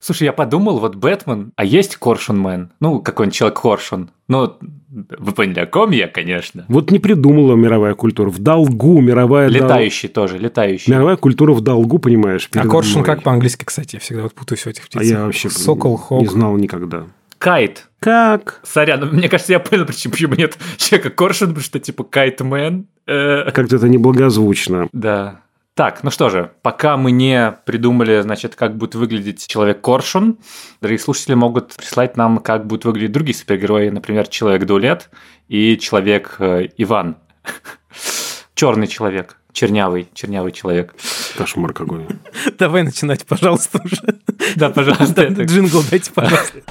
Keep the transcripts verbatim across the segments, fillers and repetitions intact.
Слушай, я подумал, вот Бэтмен, а есть Коршунмен? Ну, какой-нибудь человек-коршун. Ну, вы поняли, о ком я, конечно. Вот не придумала мировая культура. В долгу мировая... Летающий дол... тоже, летающий. Мировая культура в долгу, понимаешь. А коршун как по-английски, кстати? Я всегда вот путаюсь в этих птицах. А я вообще Сокол, хок. не знал никогда. Кайт. Как? Сорян, мне кажется, я понял, почему, почему нет человека коршун, потому что типа кайтмен. Э... Как-то это неблагозвучно. Да. Так, ну что же, пока мы не придумали, значит, как будет выглядеть Человек-коршун, дорогие слушатели могут прислать нам, как будут выглядеть другие супергерои, например, Человек-Даулет и Человек-Иван. Черный человек, чернявый, чернявый человек. Кошмар какой. Давай начинать, пожалуйста, уже. Да, пожалуйста. Джингл дайте, пожалуйста.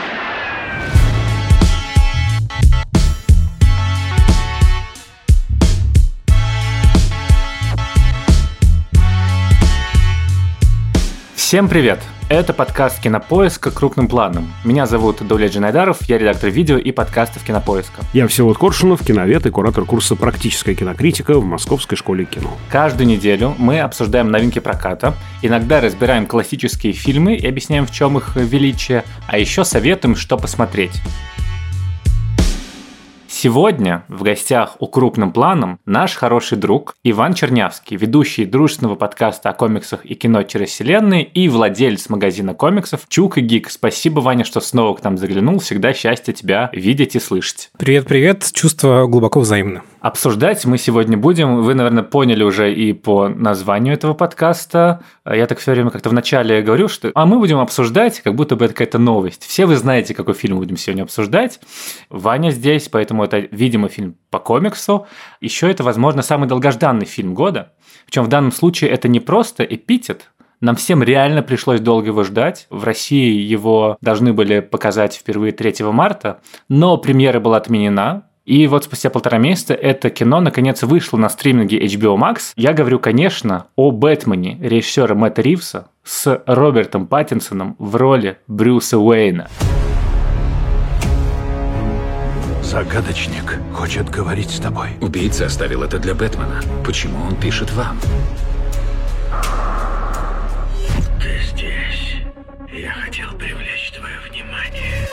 Всем привет! Это подкаст «Кинопоиска» крупным планом. Меня зовут Даулет Джинайдаров, я редактор видео и подкастов «Кинопоиска». Я Всеволод Коршунов, киновед и куратор курса «Практическая кинокритика» в Московской школе кино. Каждую неделю мы обсуждаем новинки проката, иногда разбираем классические фильмы и объясняем, в чем их величие, а еще советуем, что посмотреть. Сегодня в гостях у «Крупным планом» наш хороший друг Иван Чернявский, ведущий дружественного подкаста о комиксах и кино через вселенные и владелец магазина комиксов «Чук и Гик». Спасибо, Ваня, что снова к нам заглянул. Всегда счастье тебя видеть и слышать. Привет-привет, чувства глубоко взаимны. Обсуждать мы сегодня будем, вы, наверное, поняли уже и по названию этого подкаста. Я так все время как-то вначале говорю, что а мы будем обсуждать, как будто бы это какая-то новость. Все вы знаете, какой фильм будем сегодня обсуждать. Ваня здесь, поэтому это, видимо, фильм по комиксу. Еще это, возможно, самый долгожданный фильм года. Причем в данном случае это не просто эпитет. Нам всем реально пришлось долго его ждать. В России его должны были показать впервые третьего марта, но премьера была отменена. И вот спустя полтора месяца это кино наконец вышло на стриминге эйч би о Max. Я говорю, конечно, о «Бэтмене» режиссера Мэтта Ривза с Робертом Паттинсоном в роли Брюса Уэйна. Загадочник хочет говорить с тобой. Убийца оставил это для Бэтмена. Почему он пишет вам? Ты здесь. Я хотел привлечь твое внимание.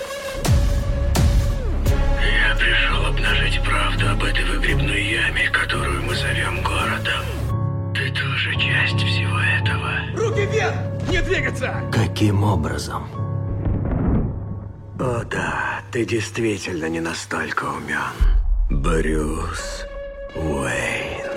Я пришел обнажить правду об этой выгребной яме, которую мы зовем городом. Ты тоже часть всего этого. Руки вверх! Не двигаться! Каким образом? О да, ты действительно не настолько умен. Брюс Уэйн.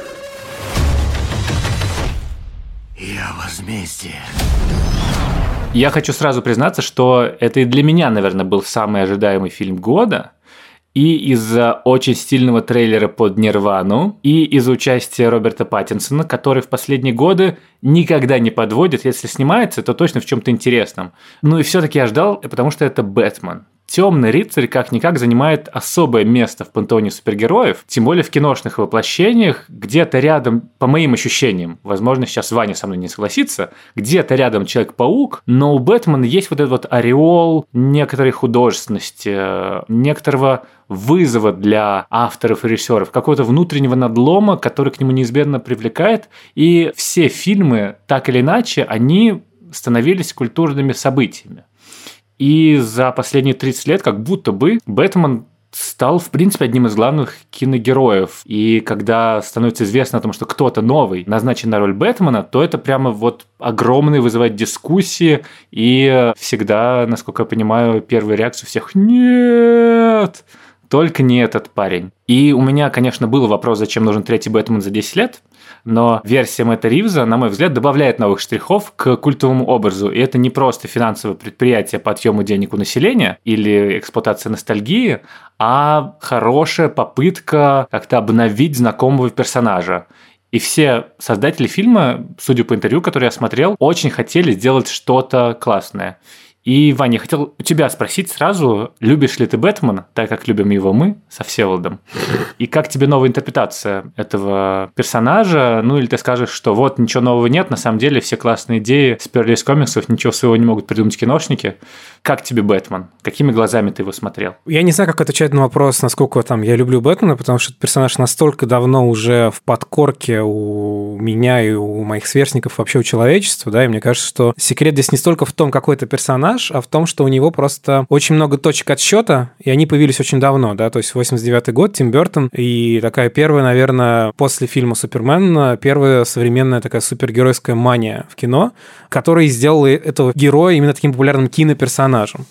Я возмездие. Я хочу сразу признаться, что это и для меня, наверное, был самый ожидаемый фильм года. И из-за очень стильного трейлера под Нирвану, и из-за участия Роберта Паттинсона, который в последние годы никогда не подводит. Если снимается, то точно в чем-то интересном. Ну и все-таки я ждал, потому что это Бэтмен. Темный рыцарь как-никак занимает особое место в пантеоне супергероев, тем более в киношных воплощениях, где-то рядом, по моим ощущениям, возможно, сейчас Ваня со мной не согласится, где-то рядом Человек-паук, но у Бэтмена есть вот этот вот ореол некоторой художественности, некоторого вызова для авторов и режиссеров, какого-то внутреннего надлома, который к нему неизбежно привлекает, и все фильмы, так или иначе, они становились культурными событиями. И за последние тридцать лет как будто бы Бэтмен стал, в принципе, одним из главных киногероев. И когда становится известно о том, что кто-то новый назначен на роль Бэтмена, то это прямо вот огромные вызывает дискуссии. И всегда, насколько я понимаю, первая реакция у всех «Нет!» Только не этот парень. И у меня, конечно, был вопрос, зачем нужен третий Бэтмен за десять лет, но версия Мэтта Ривза, на мой взгляд, добавляет новых штрихов к культовому образу. И это не просто финансовое предприятие по отъему денег у населения или эксплуатация ностальгии, а хорошая попытка как-то обновить знакомого персонажа. И все создатели фильма, судя по интервью, которые я смотрел, очень хотели сделать что-то классное. И, Ваня, я хотел у тебя спросить сразу, любишь ли ты Бэтмена, так как любим его мы со Всеволодом? И как тебе новая интерпретация этого персонажа? Ну, или ты скажешь, что вот ничего нового нет, на самом деле все классные идеи сперли из комиксов, ничего своего не могут придумать киношники. Как тебе Бэтмен? Какими глазами ты его смотрел? Я не знаю, как отвечать на вопрос, насколько там я люблю Бэтмена, потому что этот персонаж настолько давно уже в подкорке у меня и у моих сверстников, вообще у человечества, да, и мне кажется, что секрет здесь не столько в том, какой это персонаж, а в том, что у него просто очень много точек отсчета, и они появились очень давно, да, то есть восемьдесят девятый год, Тим Бёртон, и такая первая, наверное, после фильма «Супермен», первая современная такая супергеройская мания в кино, которая сделала этого героя именно таким популярным киноперсонажем.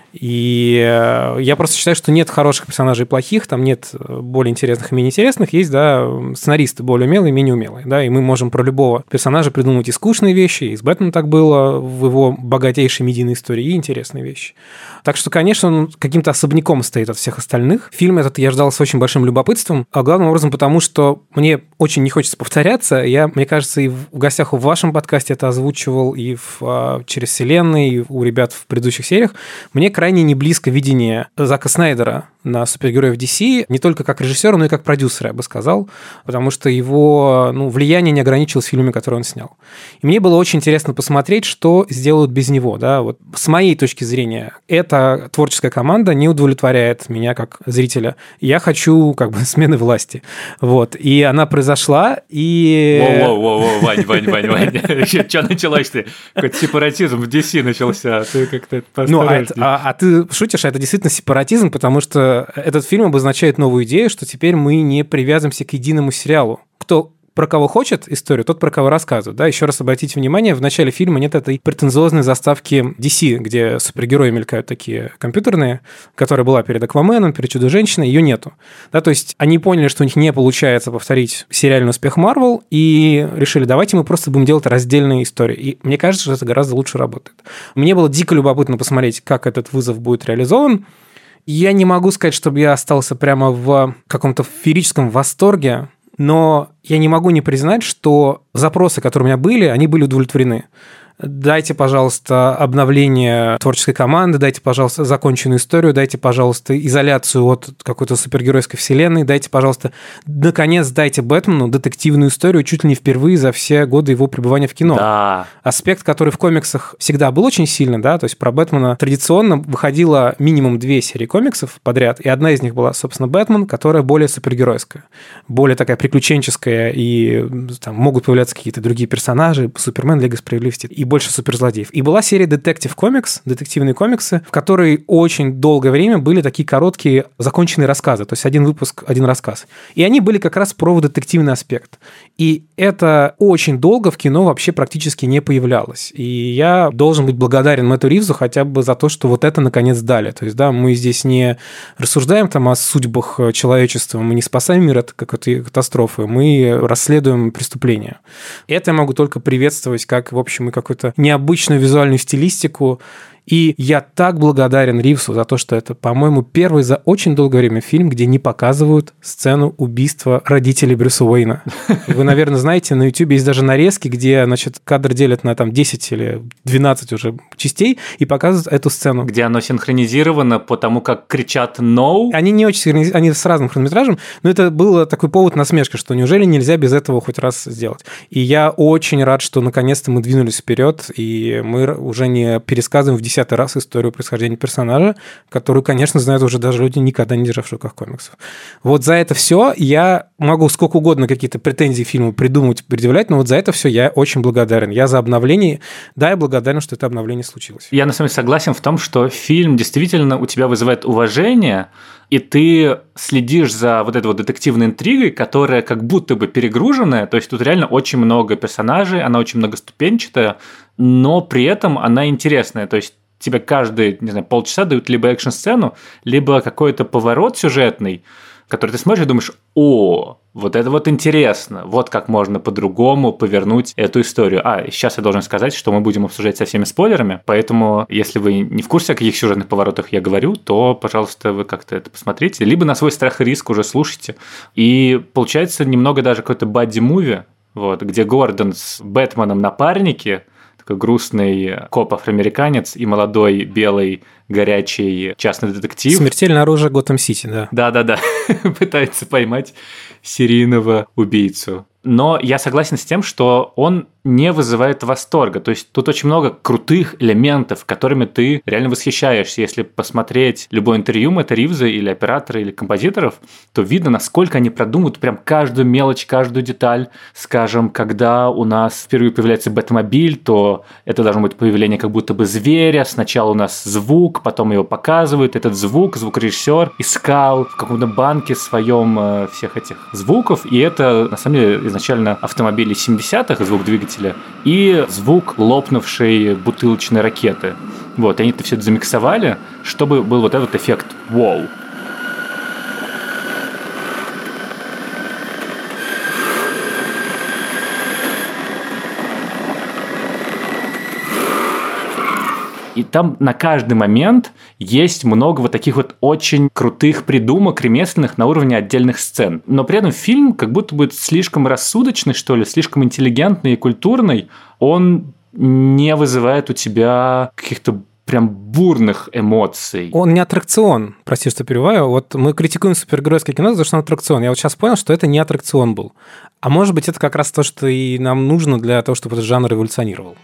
И я просто считаю, что нет хороших персонажей и плохих, там нет более интересных и менее интересных, есть, да, сценаристы более умелые и менее умелые, да, и мы можем про любого персонажа придумать и скучные вещи, и с Бэтменом так было в его богатейшей медийной истории, и интересные вещи. Так что, конечно, он каким-то особняком стоит от всех остальных. Фильм этот я ждал с очень большим любопытством, а главным образом потому, что мне очень не хочется повторяться. Я, мне кажется, и в гостях в вашем подкасте это озвучивал, и в «Через вселенные», и у ребят в предыдущих сериях. Мне крайне не близко видение Зака Снайдера на супергероев ди си, не только как режиссера, но и как продюсера, я бы сказал, потому что его ну, влияние не ограничилось фильмами, которые он снял. И мне было очень интересно посмотреть, что сделают без него. Да? Вот с моей точки зрения, эта творческая команда не удовлетворяет меня как зрителя. Я хочу как бы смены власти. Вот. И она произошла, и... Воу-воу-воу, Вань, Вань, Вань, Вань. Что началось-то? Какой-то сепаратизм в ди си начался. Ты как-то поосторожней. Ну, а, а, а ты шутишь, а это действительно сепаратизм, потому что этот фильм обозначает новую идею, что теперь мы не привязываемся к единому сериалу. Кто про кого хочет историю, тот про кого рассказывает. Да? Еще раз обратите внимание, в начале фильма нет этой претенциозной заставки ди си, где супергерои мелькают такие компьютерные, которая была перед Акваменом, перед Чудо-женщиной, ее нету. Да? То есть они поняли, что у них не получается повторить сериальный успех Marvel, и решили, давайте мы просто будем делать раздельные истории. И мне кажется, что это гораздо лучше работает. Мне было дико любопытно посмотреть, как этот вызов будет реализован. Я не могу сказать, чтобы я остался прямо в каком-то феерическом восторге, но я не могу не признать, что запросы, которые у меня были, они были удовлетворены. Дайте, пожалуйста, обновление творческой команды, дайте, пожалуйста, законченную историю, дайте, пожалуйста, изоляцию от какой-то супергеройской вселенной, дайте, пожалуйста, наконец, дайте Бэтмену детективную историю чуть ли не впервые за все годы его пребывания в кино. Да. Аспект, который в комиксах всегда был очень сильно, да, то есть про Бэтмена традиционно выходило минимум две серии комиксов подряд, и одна из них была, собственно, Бэтмен, которая более супергеройская, более такая приключенческая, и там могут появляться какие-то другие персонажи, Супермен, Лига справедливости, и больше суперзлодеев. И была серия Detective Comics, детективные комиксы, в которой очень долгое время были такие короткие законченные рассказы, то есть один выпуск, один рассказ. И они были как раз про детективный аспект. И это очень долго в кино вообще практически не появлялось. И я должен быть благодарен Мэтту Ривзу хотя бы за то, что вот это наконец дали. То есть, да, мы здесь не рассуждаем там о судьбах человечества, мы не спасаем мир от какой-то катастрофы, мы расследуем преступления. Это я могу только приветствовать как, в общем, и какой-то необычную визуальную стилистику. И я так благодарен Ривзу за то, что это, по-моему, первый за очень долгое время фильм, где не показывают сцену убийства родителей Брюса Уэйна. Вы, наверное, знаете, на YouTube есть даже нарезки, где, значит, кадр делят на там десять или двенадцать уже частей и показывают эту сцену. Где оно синхронизировано по тому, как кричат «no». Они не очень синхронизированы, они с разным хронометражем, но это был такой повод насмешки, что неужели нельзя без этого хоть раз сделать. И я очень рад, что наконец-то мы двинулись вперед, и мы уже не пересказываем в десятый раз историю происхождения персонажа, которую, конечно, знают уже даже люди, никогда не державшие в руках комиксов. Вот за это все я могу сколько угодно какие-то претензии к фильму придумать, предъявлять, но вот за это все я очень благодарен. Я за обновление, да, я благодарен, что это обновление случилось. Я на самом деле согласен в том, что фильм действительно у тебя вызывает уважение, и ты следишь за вот этой вот детективной интригой, которая как будто бы перегруженная, то есть тут реально очень много персонажей, она очень многоступенчатая, но при этом она интересная, то есть тебе каждые, не знаю, полчаса дают либо экшн-сцену, либо какой-то поворот сюжетный, который ты смотришь и думаешь: о, вот это вот интересно, вот как можно по-другому повернуть эту историю. А, сейчас я должен сказать, что мы будем обсуждать со всеми спойлерами, поэтому, если вы не в курсе, о каких сюжетных поворотах я говорю, то, пожалуйста, вы как-то это посмотрите, либо на свой страх и риск уже слушайте. И получается немного даже какой-то бадди-муви, вот, где Гордон с Бэтменом напарники, такой грустный коп-афроамериканец и молодой белый горячий частный детектив. Смертельное оружие Готэм-Сити, да. Да-да-да, пытается поймать серийного убийцу. Но я согласен с тем, что он не вызывает восторга. То есть тут очень много крутых элементов, которыми ты реально восхищаешься. Если посмотреть любое интервью Мэтта Ривза или оператора, или композиторов, то видно, насколько они продумывают прям каждую мелочь, каждую деталь. Скажем, когда у нас впервые появляется Бэтмобиль, то это должно быть появление как будто бы зверя. Сначала у нас звук, потом его показывают. Этот звук звукорежиссер искал в каком-то банке своем э, всех этих звуков. И это, на самом деле, изначально автомобили семидесятых, звук двигателя, и звук лопнувшей бутылочной ракеты. Вот, они это все это замиксовали, чтобы был вот этот эффект «Воу». И там на каждый момент есть много вот таких вот очень крутых придумок ремесленных на уровне отдельных сцен. Но при этом фильм как будто бы слишком рассудочный, что ли, слишком интеллигентный и культурный. Он не вызывает у тебя каких-то прям бурных эмоций. Он не аттракцион, прости, что перебиваю. Вот мы критикуем супергеройское кино за то, что он аттракцион. Я вот сейчас понял, что это не аттракцион был. А может быть, это как раз то, что и нам нужно для того, чтобы этот жанр эволюционировал.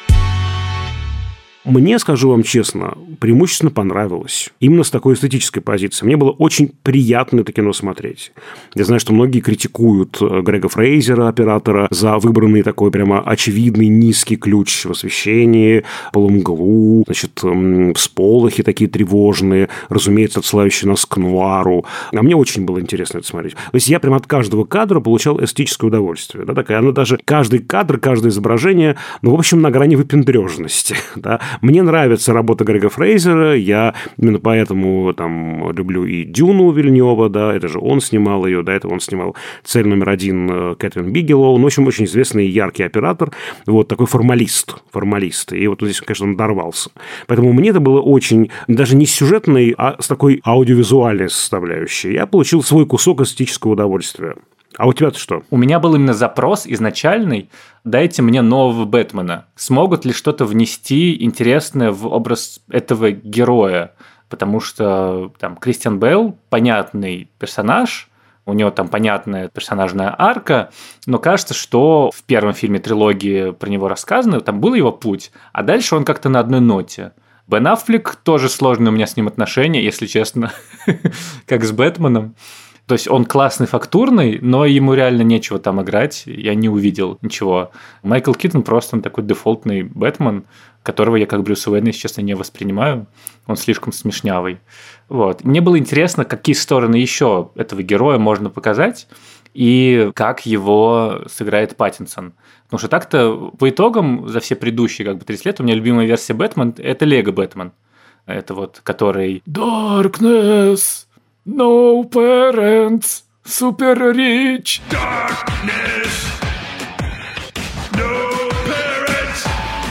Мне, скажу вам честно, преимущественно понравилось. Именно с такой эстетической позиции. Мне было очень приятно это кино смотреть. Я знаю, что многие критикуют Грега Фрейзера, оператора, за выбранный такой прямо очевидный низкий ключ в освещении, полумглу, значит, всполохи такие тревожные, разумеется, отсылающие нас к нуару. А мне очень было интересно это смотреть. То есть я прямо от каждого кадра получал эстетическое удовольствие. Да, такая, оно даже каждый кадр, каждое изображение, ну, в общем, на грани выпендрежности. Да. Мне нравится работа Грега Фрейзера, я именно поэтому там люблю и «Дюну» Вильнёва, да, это же он снимал ее, до этого он снимал «Цель номер один» Кэтрин Бигелоу, ну, в общем, очень известный и яркий оператор, вот, такой формалист, формалист, и вот здесь, конечно, он дорвался. Поэтому мне это было очень, даже не с сюжетной, а с такой аудиовизуальной составляющей. Я получил свой кусок эстетического удовольствия. А у тебя-то что? У меня был именно запрос изначальный: дайте мне нового Бэтмена. Смогут ли что-то внести интересное в образ этого героя? Потому что там Кристиан Бейл понятный персонаж, у него там понятная персонажная арка, но кажется, что в первом фильме трилогии про него рассказано, там был его путь, а дальше он как-то на одной ноте. Бен Аффлек, тоже сложные у меня с ним отношения, если честно, как с Бэтменом. То есть он классный, фактурный, но ему реально нечего там играть, я не увидел ничего. Майкл Китон просто он такой дефолтный Бэтмен, которого я как Брюса Уэйна, если честно, не воспринимаю. Он слишком смешнявый. Вот. Мне было интересно, какие стороны еще этого героя можно показать, и как его сыграет Паттинсон. Потому что так-то по итогам за все предыдущие как бы тридцать лет у меня любимая версия Бэтмен – это Лего Бэтмен. Это вот, который «Darkness! No parents, super rich. Darkness. No parents.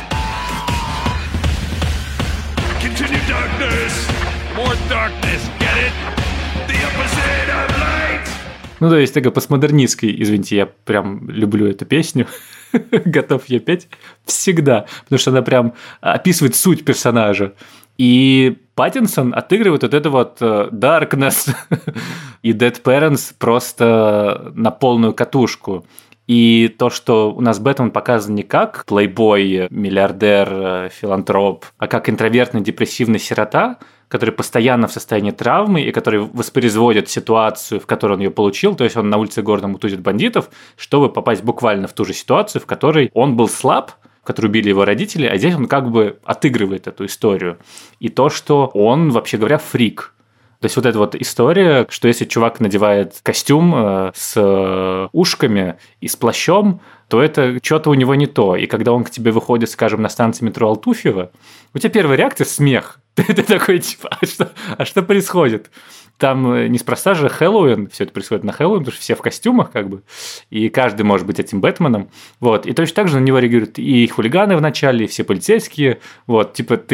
Continue darkness. More darkness. Get it? The opposite of light. Ну, то есть, такая постмодернистская, извините, я прям люблю эту песню, готов ее петь всегда, потому что она прям описывает суть персонажа. И Паттинсон отыгрывает вот это вот Darkness и Dead Parents просто на полную катушку. И то, что у нас Бэтмен показан не как плейбой, миллиардер, филантроп, а как интровертный, депрессивный сирота, который постоянно в состоянии травмы и который воспроизводит ситуацию, в которой он ее получил. То есть он на улице города мутузит бандитов, чтобы попасть буквально в ту же ситуацию, в которой он был слаб, в которой убили его родители, а здесь он как бы отыгрывает эту историю. И то, что он, вообще говоря, фрик. То есть вот эта вот история, что если чувак надевает костюм э, с э, ушками и с плащом, то это что-то у него не то. И когда он к тебе выходит, скажем, на станции метро Алтуфьево, у тебя первая реакция – смех. Ты такой, типа, а что, а что происходит? Там неспроста же Хэллоуин, все это происходит на Хэллоуин, потому что все в костюмах, как бы, и каждый может быть этим Бэтменом. Вот. И точно так же на него реагируют и хулиганы в начале, и все полицейские. Вот, типа, ты кто?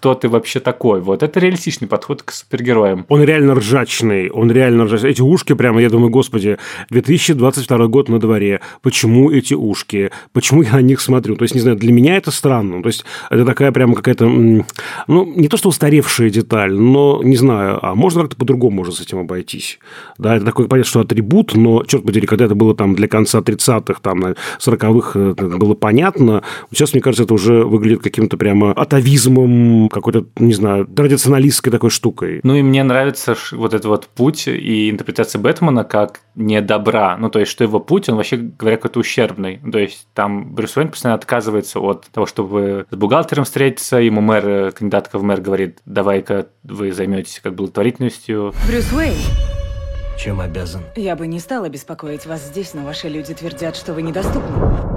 кто ты вообще такой. Вот это реалистичный подход к супергероям. Он реально ржачный, он реально ржачный. Эти ушки прямо, я думаю, господи, две тысячи двадцать второй год на дворе. Почему эти ушки? Почему я на них смотрю? То есть, не знаю, для меня это странно. То есть, это такая прямо какая-то, ну, не то что устаревшая деталь, но, не знаю, а можно как-то по-другому можно с этим обойтись. Да, это такой, понятно, что атрибут, но, черт подери, когда это было там для конца тридцатых, там, сороковых, было понятно. Сейчас, мне кажется, это уже выглядит каким-то прямо атовизмом, какой-то, не знаю, традиционалистской такой штукой. Ну, и мне нравится вот этот вот путь и интерпретация Бэтмена как не добра. Ну, то есть, что его путь, он вообще, говоря, какой-то ущербный. То есть, там Брюс Уэйн постоянно отказывается от того, чтобы с бухгалтером встретиться. Ему мэр, кандидатка в мэр говорит, давай-ка вы займетесь как благотворительностью. Брюс Уэйн. Чем обязан? Я бы не стала беспокоить вас здесь, но ваши люди твердят, что вы недоступны.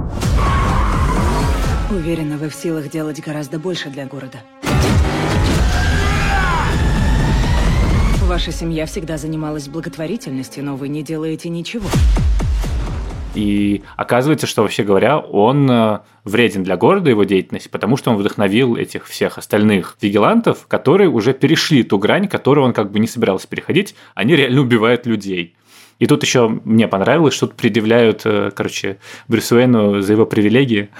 Уверена, вы в силах делать гораздо больше для города. Ваша семья всегда занималась благотворительностью, но вы не делаете ничего. И оказывается, что, вообще говоря, он вреден для города, его деятельность, потому что он вдохновил этих всех остальных вигилантов, которые уже перешли ту грань, которую он как бы не собирался переходить. Они реально убивают людей. И тут еще мне понравилось, что тут предъявляют, короче, Брюсу Уэйну за его привилегии.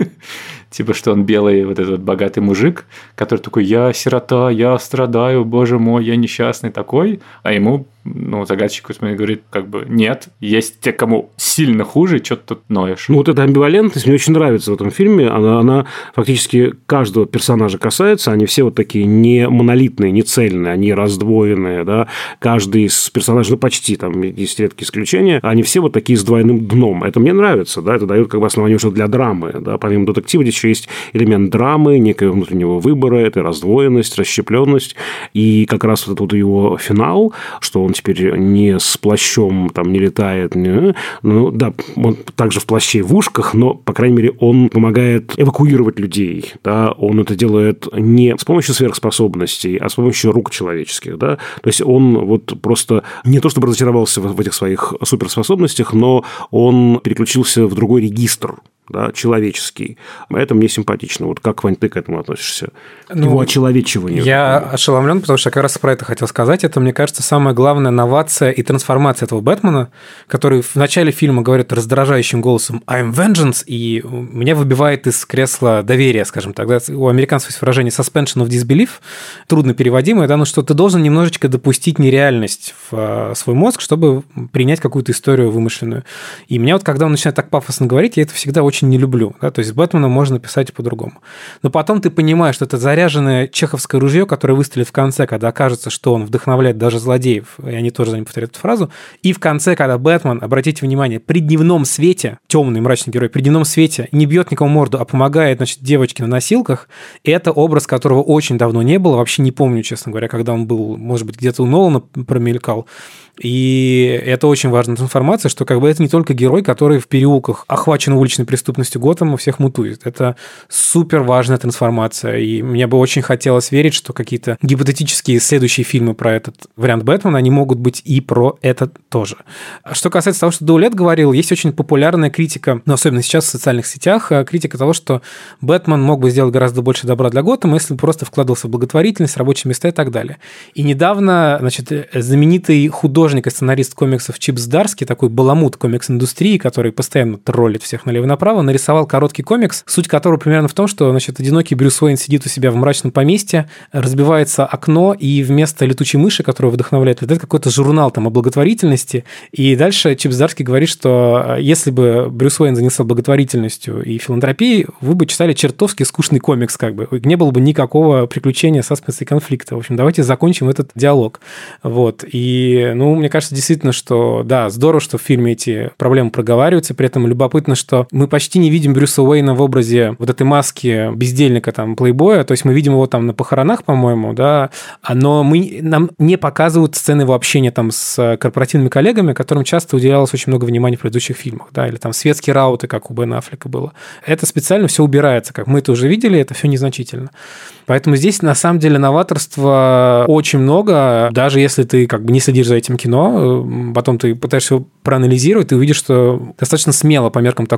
Типа, что он белый, вот этот вот богатый мужик, который такой, я сирота, я страдаю, боже мой, я несчастный такой. А ему, ну, загадчик говорит, как бы, нет, есть те, кому сильно хуже, что ты тут ноешь. Ну, вот эта амбивалентность мне очень нравится в этом фильме. Она, она фактически каждого персонажа касается. Они все вот такие не монолитные, не цельные, они раздвоенные, да. Каждый из персонажей, ну, почти, там, есть редкие исключения, они все вот такие с двойным дном. Это мне нравится, да, это дает как бы основание уже для драмы, да. Помимо детектива здесь еще есть элемент драмы, некого внутреннего выбора, это раздвоенность, расщепленность. И как раз вот этот вот его финал, что он теперь не с плащом там не летает, не, ну да, он также в плаще и в ушках, но, по крайней мере, он помогает эвакуировать людей, да, он это делает не с помощью сверхспособностей, а с помощью рук человеческих, да, то есть он вот просто не то чтобы разочаровался в этих своих суперспособностях, но он переключился в другой регистр, да, человеческий. Это мне симпатично. Вот как, Вань, ты к этому относишься? Ну, его очеловечиванию. Я ошеломлен, потому что я как раз про это хотел сказать. Это, мне кажется, самая главная новация и трансформация этого Бэтмена, который в начале фильма говорит раздражающим голосом «I'm vengeance», и меня выбивает из кресла доверия, скажем так. Да? У американцев есть выражение «suspension of disbelief», трудно переводимое, да, но что ты должен немножечко допустить нереальность в свой мозг, чтобы принять какую-то историю вымышленную. И меня вот, когда он начинает так пафосно говорить, я это всегда очень не люблю. Да? То есть Бэтмена можно писать по-другому. Но потом ты понимаешь, что это заряженное чеховское ружье, которое выстрелит в конце, когда окажется, что он вдохновляет даже злодеев, и они тоже за ним повторяют эту фразу. И в конце, когда Бэтмен, обратите внимание, при дневном свете, темный мрачный герой, при дневном свете не бьет никому морду, а помогает, значит, девочке на носилках, это образ, которого очень давно не было. Вообще не помню, честно говоря, когда он был, может быть, где-то у Нолана промелькал. И это очень важная информация, что как бы это не только герой, который в переулках охвачен уличной преступностью Готэма, всех мутует. Это супер важная трансформация. И мне бы очень хотелось верить, что какие-то гипотетические следующие фильмы про этот вариант Бэтмена, они могут быть и про это тоже. Что касается того, что Даулет говорил, есть очень популярная критика, но особенно сейчас в социальных сетях, критика того, что Бэтмен мог бы сделать гораздо больше добра для Готэма, если бы просто вкладывался в благотворительность, рабочие места и так далее. И недавно, значит, знаменитый художник и сценарист комиксов Чип Здарский, такой баламут комикс-индустрии, который постоянно троллит всех налево и направо, нарисовал короткий комикс, суть которого примерно в том, что, значит, одинокий Брюс Уэйн сидит у себя в мрачном поместье, разбивается окно, и вместо летучей мыши, которая вдохновляет, летает какой-то журнал там о благотворительности, и дальше Чип Здарский говорит, что если бы Брюс Уэйн занялся благотворительностью и филантропией, вы бы читали чертовски скучный комикс, как бы, не было бы никакого приключения, саспенса и конфликта. В общем, давайте закончим этот диалог. Вот. И, ну, мне кажется, действительно, что, да, здорово, что в фильме эти проблемы проговариваются, при этом любопытно, что мы почти не видим Брюса Уэйна в образе вот этой маски бездельника, там, плейбоя, то есть мы видим его там на похоронах, по-моему, да, но мы, нам не показывают сцены его общения там с корпоративными коллегами, которым часто уделялось очень много внимания в предыдущих фильмах, да, или там светские рауты, как у Бена Аффлека было. Это специально все убирается, как мы это уже видели, это все незначительно. Поэтому здесь, на самом деле, новаторства очень много, даже если ты как бы не следишь за этим кино, потом ты пытаешься его проанализировать, ты увидишь, что достаточно смело по меркам такого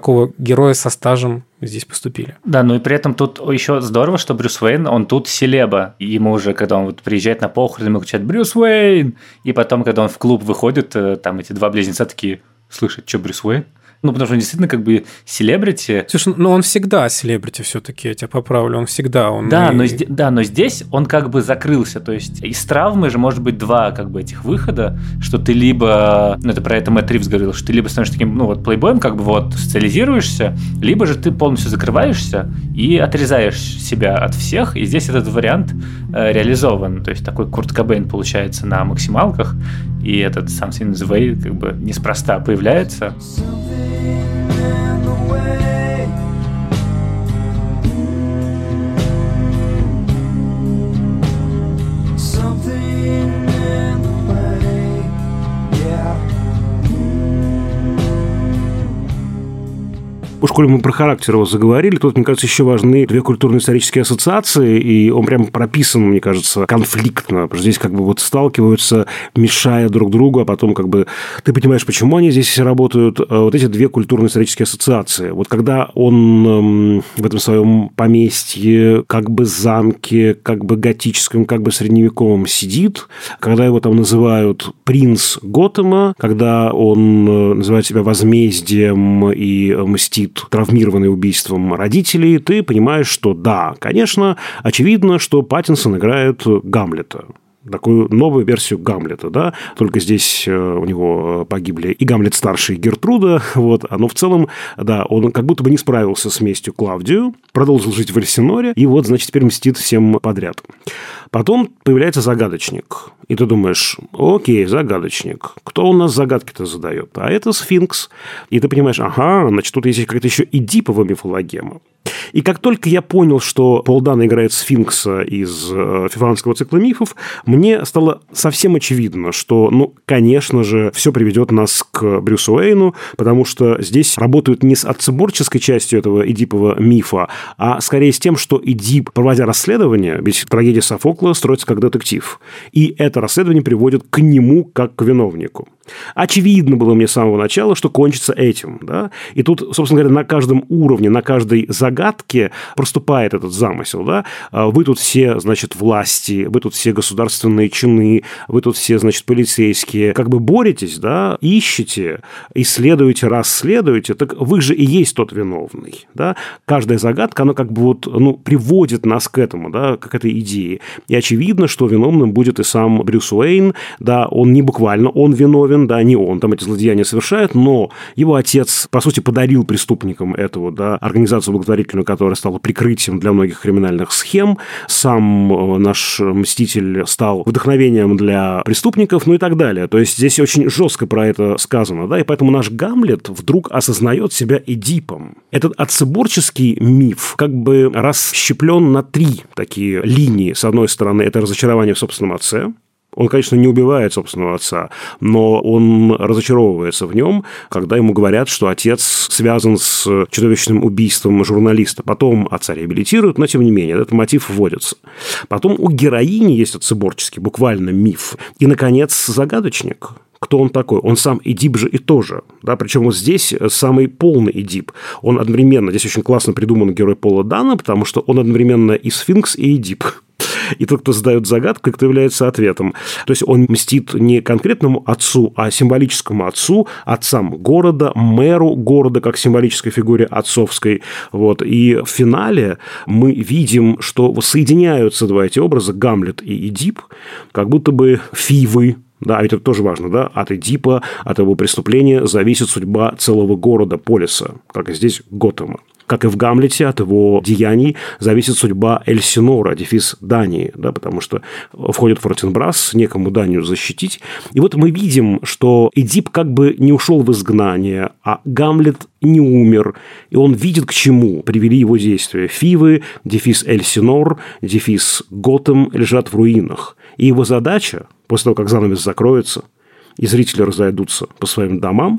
герои со стажем здесь поступили. Да, ну и при этом тут еще здорово, что Брюс Уэйн, он тут селеба. Ему уже, когда он вот приезжает на похороны, ему кричат «Брюс Уэйн!» И потом, когда он в клуб выходит, там эти два близнеца такие «Слышать, что, Брюс Уэйн?» Ну, потому что он действительно как бы селебрити. Слушай, ну он всегда селебрити все-таки, я тебя поправлю, он всегда. Он да, и... но, да, но здесь он как бы закрылся. То есть из травмы же может быть два как бы этих выхода, что ты либо, ну это про это Мэтт Ривз говорил, что ты либо становишься таким, ну вот плейбоем, как бы вот социализируешься, либо же ты полностью закрываешься и отрезаешь себя от всех. И здесь этот вариант э, реализован. То есть такой Курт Кобейн получается на максималках, и этот Something in the Way как бы неспроста появляется. Уж коли мы про характер его заговорили, тут, мне кажется, еще важны две культурно-исторические ассоциации, и он прям прописан, мне кажется, конфликтно, потому что здесь как бы вот сталкиваются, мешая друг другу, а потом как бы ты понимаешь, почему они здесь работают. Вот эти две культурно-исторические ассоциации. Вот когда он в этом своем поместье, как бы замке, как бы готическом, как бы средневековом сидит, когда его там называют принц Готэма, когда он называет себя возмездием и мстит травмированный убийством родителей, ты понимаешь, что да, конечно, очевидно, что Паттинсон играет Гамлета. Такую новую версию Гамлета, да, только здесь у него погибли и Гамлет старший, и Гертруда, вот, но в целом, да, он как будто бы не справился с местью Клавдию, продолжил жить в Эльсиноре, и вот, значит, теперь мстит всем подряд. Потом появляется загадочник, и ты думаешь, окей, загадочник, кто у нас загадки-то задает? А это сфинкс, и ты понимаешь, ага, значит, тут есть какая-то еще эдипова мифологема. И как только я понял, что Пол Дано играет сфинкса из фифанского цикла мифов, мне стало совсем очевидно, что, ну, конечно же, все приведет нас к Брюсу Уэйну, потому что здесь работают не с отцеборческой частью этого эдипова мифа, а скорее с тем, что Эдип, проводя расследование, ведь трагедия Софокла строится как детектив, и это расследование приводит к нему как к виновнику. Очевидно было мне с самого начала, что кончится этим, да, и тут, собственно говоря, на каждом уровне, на каждой загадке проступает этот замысел, да, вы тут все, значит, власти, вы тут все государственные чины, вы тут все, значит, полицейские, как бы боретесь, да, ищете, исследуете, расследуете, так вы же и есть тот виновный, да, каждая загадка, она как бы вот, ну, приводит нас к этому, да, к этой идее, и очевидно, что виновным будет и сам Брюс Уэйн, да, он не буквально, он виновен, да, не он там эти злодеяния совершает, но его отец, по сути, подарил преступникам этого, да, организацию благотворительную, которая стала прикрытием для многих криминальных схем. Сам наш мститель стал вдохновением для преступников, ну и так далее. То есть здесь очень жестко про это сказано, да, и поэтому наш Гамлет вдруг осознает себя Эдипом. Этот отцеборческий миф как бы расщеплен на три такие линии. С одной стороны, это разочарование в собственном отце. Он, конечно, не убивает собственного отца, но он разочаровывается в нем, когда ему говорят, что отец связан с чудовищным убийством журналиста. Потом отца реабилитируют, но, тем не менее, этот мотив вводится. Потом у героини есть отцеборческий, буквально миф. И, наконец, загадочник. Кто он такой? Он сам Эдип же и тоже. Да? Причем вот здесь самый полный Эдип. Он одновременно, здесь очень классно придуман герой Пола Дано, потому что он одновременно и сфинкс, и Эдип. И тот, кто задает загадку, и кто является ответом. То есть он мстит не конкретному отцу, а символическому отцу, отцам города, мэру города, как символической фигуре отцовской. Вот. И в финале мы видим, что соединяются два эти образа, Гамлет и Эдип, как будто бы фивы. Да, ведь это тоже важно, да, от Эдипа, от его преступления зависит судьба целого города, полиса, как и здесь Готэма. Как и в Гамлете, от его деяний зависит судьба Эльсинора, дефис Дании, да, потому что входит Фортинбрас, некому Данию защитить. И вот мы видим, что Эдип как бы не ушел в изгнание, а Гамлет не умер, и он видит, к чему привели его действия. Фивы, дефис Эльсинор, дефис Готэм лежат в руинах. И его задача, после того, как занавес закроется, и зрители разойдутся по своим домам,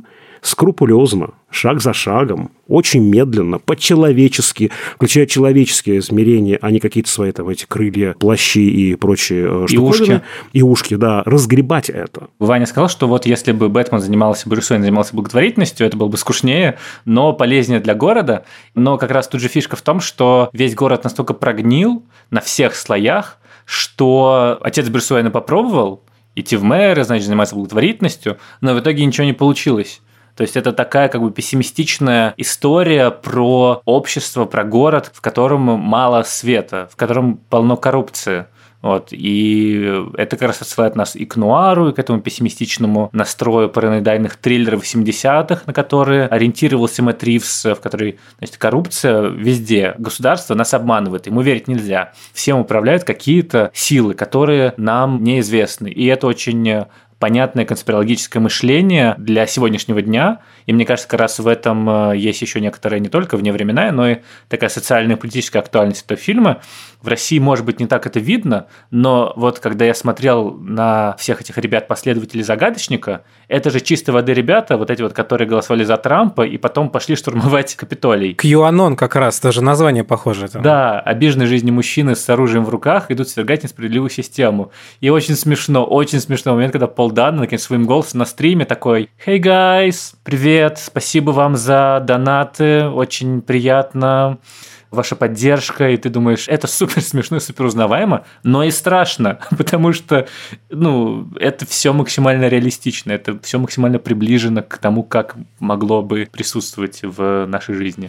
скрупулезно, шаг за шагом, очень медленно, по-человечески, включая человеческие измерения, а не какие-то свои там эти крылья, плащи и прочие и штуковины. ушки. И ушки, да, разгребать это. Ваня сказал, что вот если бы Бэтмен занимался, Брюс Уэйн занимался благотворительностью, это было бы скучнее, но полезнее для города. Но как раз тут же фишка в том, что весь город настолько прогнил на всех слоях, что отец Брюса Уэйна попробовал идти в мэры, значит, заниматься благотворительностью, но в итоге ничего не получилось. То есть это такая как бы пессимистичная история про общество, про город, в котором мало света, в котором полно коррупции. Вот. И это как раз отсылает нас и к нуару, и к этому пессимистичному настрою параноидальных триллеров восьмидесятых, на которые ориентировался Мэтт Ривз, в которой, значит, коррупция везде. Государство нас обманывает, ему верить нельзя. Всем управляют какие-то силы, которые нам неизвестны. И это очень понятное конспирологическое мышление для сегодняшнего дня. И мне кажется, как раз в этом есть еще некоторая не только вневременная, но и такая социальная и политическая актуальность этого фильма. В России, может быть, не так это видно, но вот когда я смотрел на всех этих ребят-последователей «Загадочника», это же чистой воды ребята, вот эти вот, которые голосовали за Трампа и потом пошли штурмовать Капитолий. QAnon как раз, даже название похоже. Там. Да, обиженные жизнью мужчины с оружием в руках идут свергать несправедливую систему. И очень смешно, очень смешно момент, когда Пол Данн, наконец, своим голосом на стриме такой: «Hey guys, привет, спасибо вам за донаты, очень приятно, ваша поддержка», и ты думаешь, это супер смешно и супер узнаваемо, но и страшно, потому что, ну, это все максимально реалистично, это все максимально приближено к тому, как могло бы присутствовать в нашей жизни.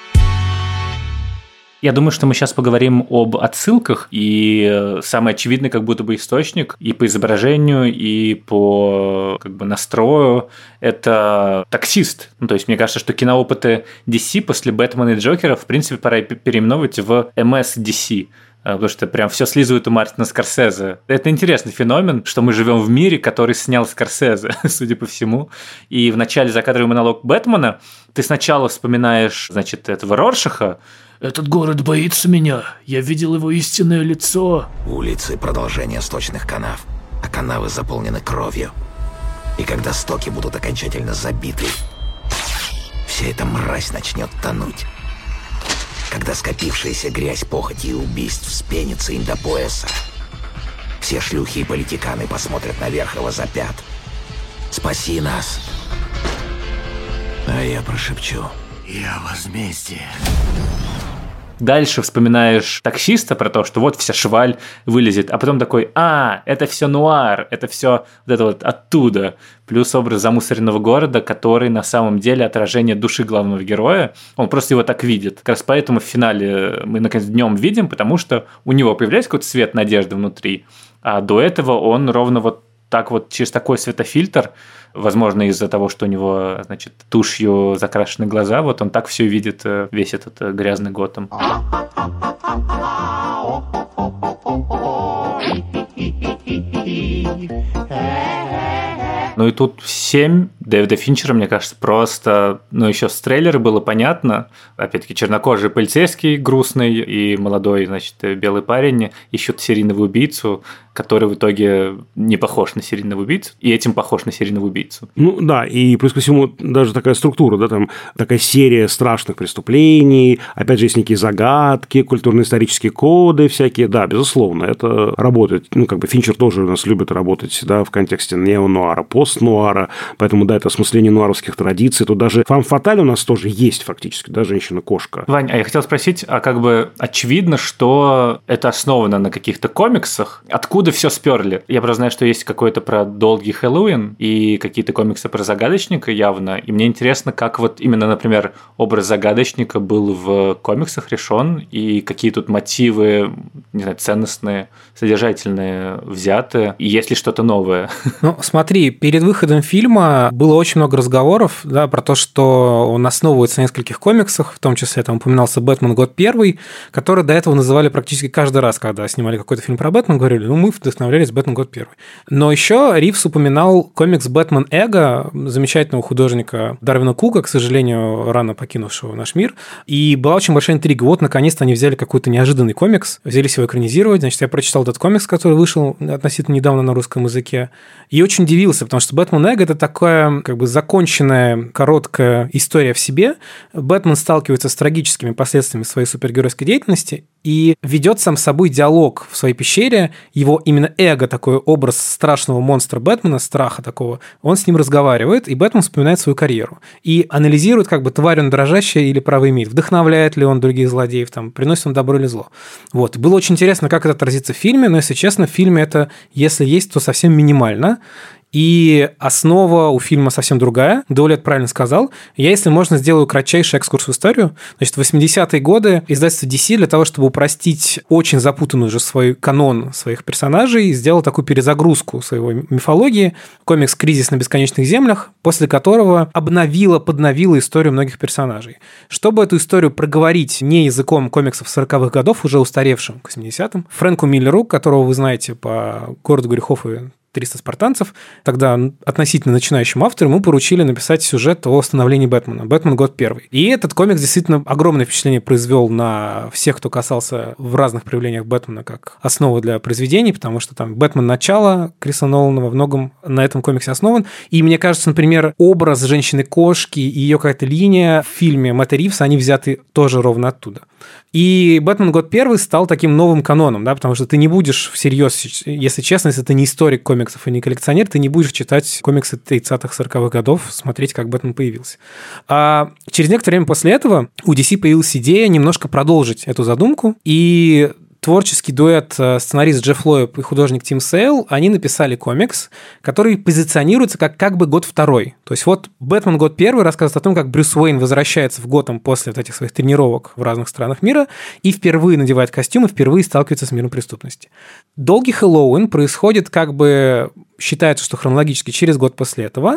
Я думаю, что мы сейчас поговорим об отсылках, и самый очевидный как будто бы источник и по изображению, и по как бы настрою – это «Таксист». Ну, то есть, мне кажется, что киноопыты ди си после «Бэтмена» и «Джокера» в принципе пора переименовывать в эм эс ди си. Потому что прям все слизывают у Мартина Скорсезе. Это интересный феномен, что мы живем в мире, который снял Скорсезе, судя по всему. И в начале закадровый монолог Бэтмена ты сначала вспоминаешь, значит, этого Роршаха. «Этот город боится меня. Я видел его истинное лицо». Улицы – продолжение сточных канав, а канавы заполнены кровью. И когда стоки будут окончательно забиты, вся эта мразь начнет тонуть. Когда скопившаяся грязь, похоти и убийств вспенится им до пояса, все шлюхи и политиканы посмотрят наверх и возопят: «Спаси нас!» А я прошепчу: «Я возмездие». Дальше вспоминаешь «Таксиста» про то, что вот вся шваль вылезет, а потом такой: а, это все нуар, это все вот это вот оттуда. Плюс образ замусоренного города, который на самом деле отражение души главного героя. Он просто его так видит. Как раз поэтому в финале мы, наконец, днем видим, потому что у него появляется какой-то свет надежды внутри, а до этого он ровно вот так вот через такой светофильтр, возможно, из-за того, что у него, значит, тушью закрашены глаза, вот он так все видит, весь этот грязный Готэм. Ну и тут семь Дэвида Финчера, мне кажется, просто, ну еще с трейлера было понятно, опять-таки чернокожий полицейский грустный и молодой, значит, белый парень ищут серийного убийцу, который в итоге не похож на серийного убийцу, и этим похож на серийного убийцу. Ну да, и плюс ко всему даже такая структура, да, там такая серия страшных преступлений, опять же, есть некие загадки, культурно-исторические коды всякие, да, безусловно, это работает. Ну, как бы Финчер тоже у нас любит работать, да, в контексте неонуара, постнуара, поэтому, да, это осмысление нуаровских традиций, тут даже фам-фаталь у нас тоже есть фактически, да, женщина-кошка. Вань, а я хотел спросить, а как бы очевидно, что это основано на каких-то комиксах, откуда все сперли? Я просто знаю, что есть какой-то про долгий Хэллоуин и какие-то комиксы про Загадочника явно, и мне интересно, как вот именно, например, образ Загадочника был в комиксах решен, и какие тут мотивы, не знаю, ценностные, содержательные взяты, и есть ли что-то новое? Ну, смотри, перед выходом фильма было очень много разговоров, да, про то, что он основывается на нескольких комиксах, в том числе там упоминался «Бэтмен. Год первый», который до этого называли практически каждый раз, когда снимали какой-то фильм про Бэтмен, говорили: ну, мы вдохновлялись «Бэтмен. Год первый». Но еще Ривз упоминал комикс «Бэтмен. Эго» замечательного художника Дарвина Кука, к сожалению, рано покинувшего наш мир. И была очень большая интрига. Вот, наконец-то, они взяли какой-то неожиданный комикс, взялись его экранизировать. Значит, я прочитал этот комикс, который вышел относительно недавно на русском языке, и очень удивился, потому что «Бэтмен. Эго» — это такое достаточно как бы законченная, короткая история в себе. Бэтмен сталкивается с трагическими последствиями своей супергеройской деятельности и ведет сам с собой диалог в своей пещере. Его именно эго, такой образ страшного монстра Бэтмена, страха такого, он с ним разговаривает, и Бэтмен вспоминает свою карьеру. И анализирует, как бы, тварь он дрожащая или право имеет, вдохновляет ли он других злодеев, там, приносит он добро или зло. Вот. Было очень интересно, как это отразится в фильме, но, если честно, в фильме это, если есть, то совсем минимально. И основа у фильма совсем другая. Даулет правильно сказал. Я, если можно, сделаю кратчайший экскурс в историю. Значит, в восьмидесятые годы издательство ди си для того, чтобы упростить очень запутанный уже свой канон своих персонажей, сделал такую перезагрузку своего мифологии. Комикс «Кризис на бесконечных землях», после которого обновила, подновила историю многих персонажей. Чтобы эту историю проговорить не языком комиксов сороковых годов, уже устаревшим к восьмидесятым, Фрэнку Миллеру, которого вы знаете по «Городу грехов» и триста спартанцев, тогда относительно начинающим авторам, ему поручили написать сюжет о становлении Бэтмена. Бэтмен год первый. И этот комикс действительно огромное впечатление произвел на всех, кто касался в разных проявлениях Бэтмена как основы для произведений, потому что там Бэтмен начало Криса Нолана во многом на этом комиксе основан. И мне кажется, например, образ женщины-кошки и ее какая-то линия в фильме Мэтта Ривза, они взяты тоже ровно оттуда. И «Бэтмен. Год первый» стал таким новым каноном, да, потому что ты не будешь всерьез, если честно, если ты не историк комиксов и не коллекционер, ты не будешь читать комиксы тридцатых-сороковых годов, смотреть, как Бэтмен появился. А через некоторое время после этого у ди си появилась идея немножко продолжить эту задумку, и творческий дуэт сценарист Джефф Лоеб и художник Тим Сейл, они написали комикс, который позиционируется как как бы год второй. То есть вот «Бэтмен. Год первый» рассказывает о том, как Брюс Уэйн возвращается в Готэм после вот этих своих тренировок в разных странах мира и впервые надевает костюм и впервые сталкивается с миром преступности. «Долгий Хэллоуин» происходит как бы, считается, что хронологически через год после этого.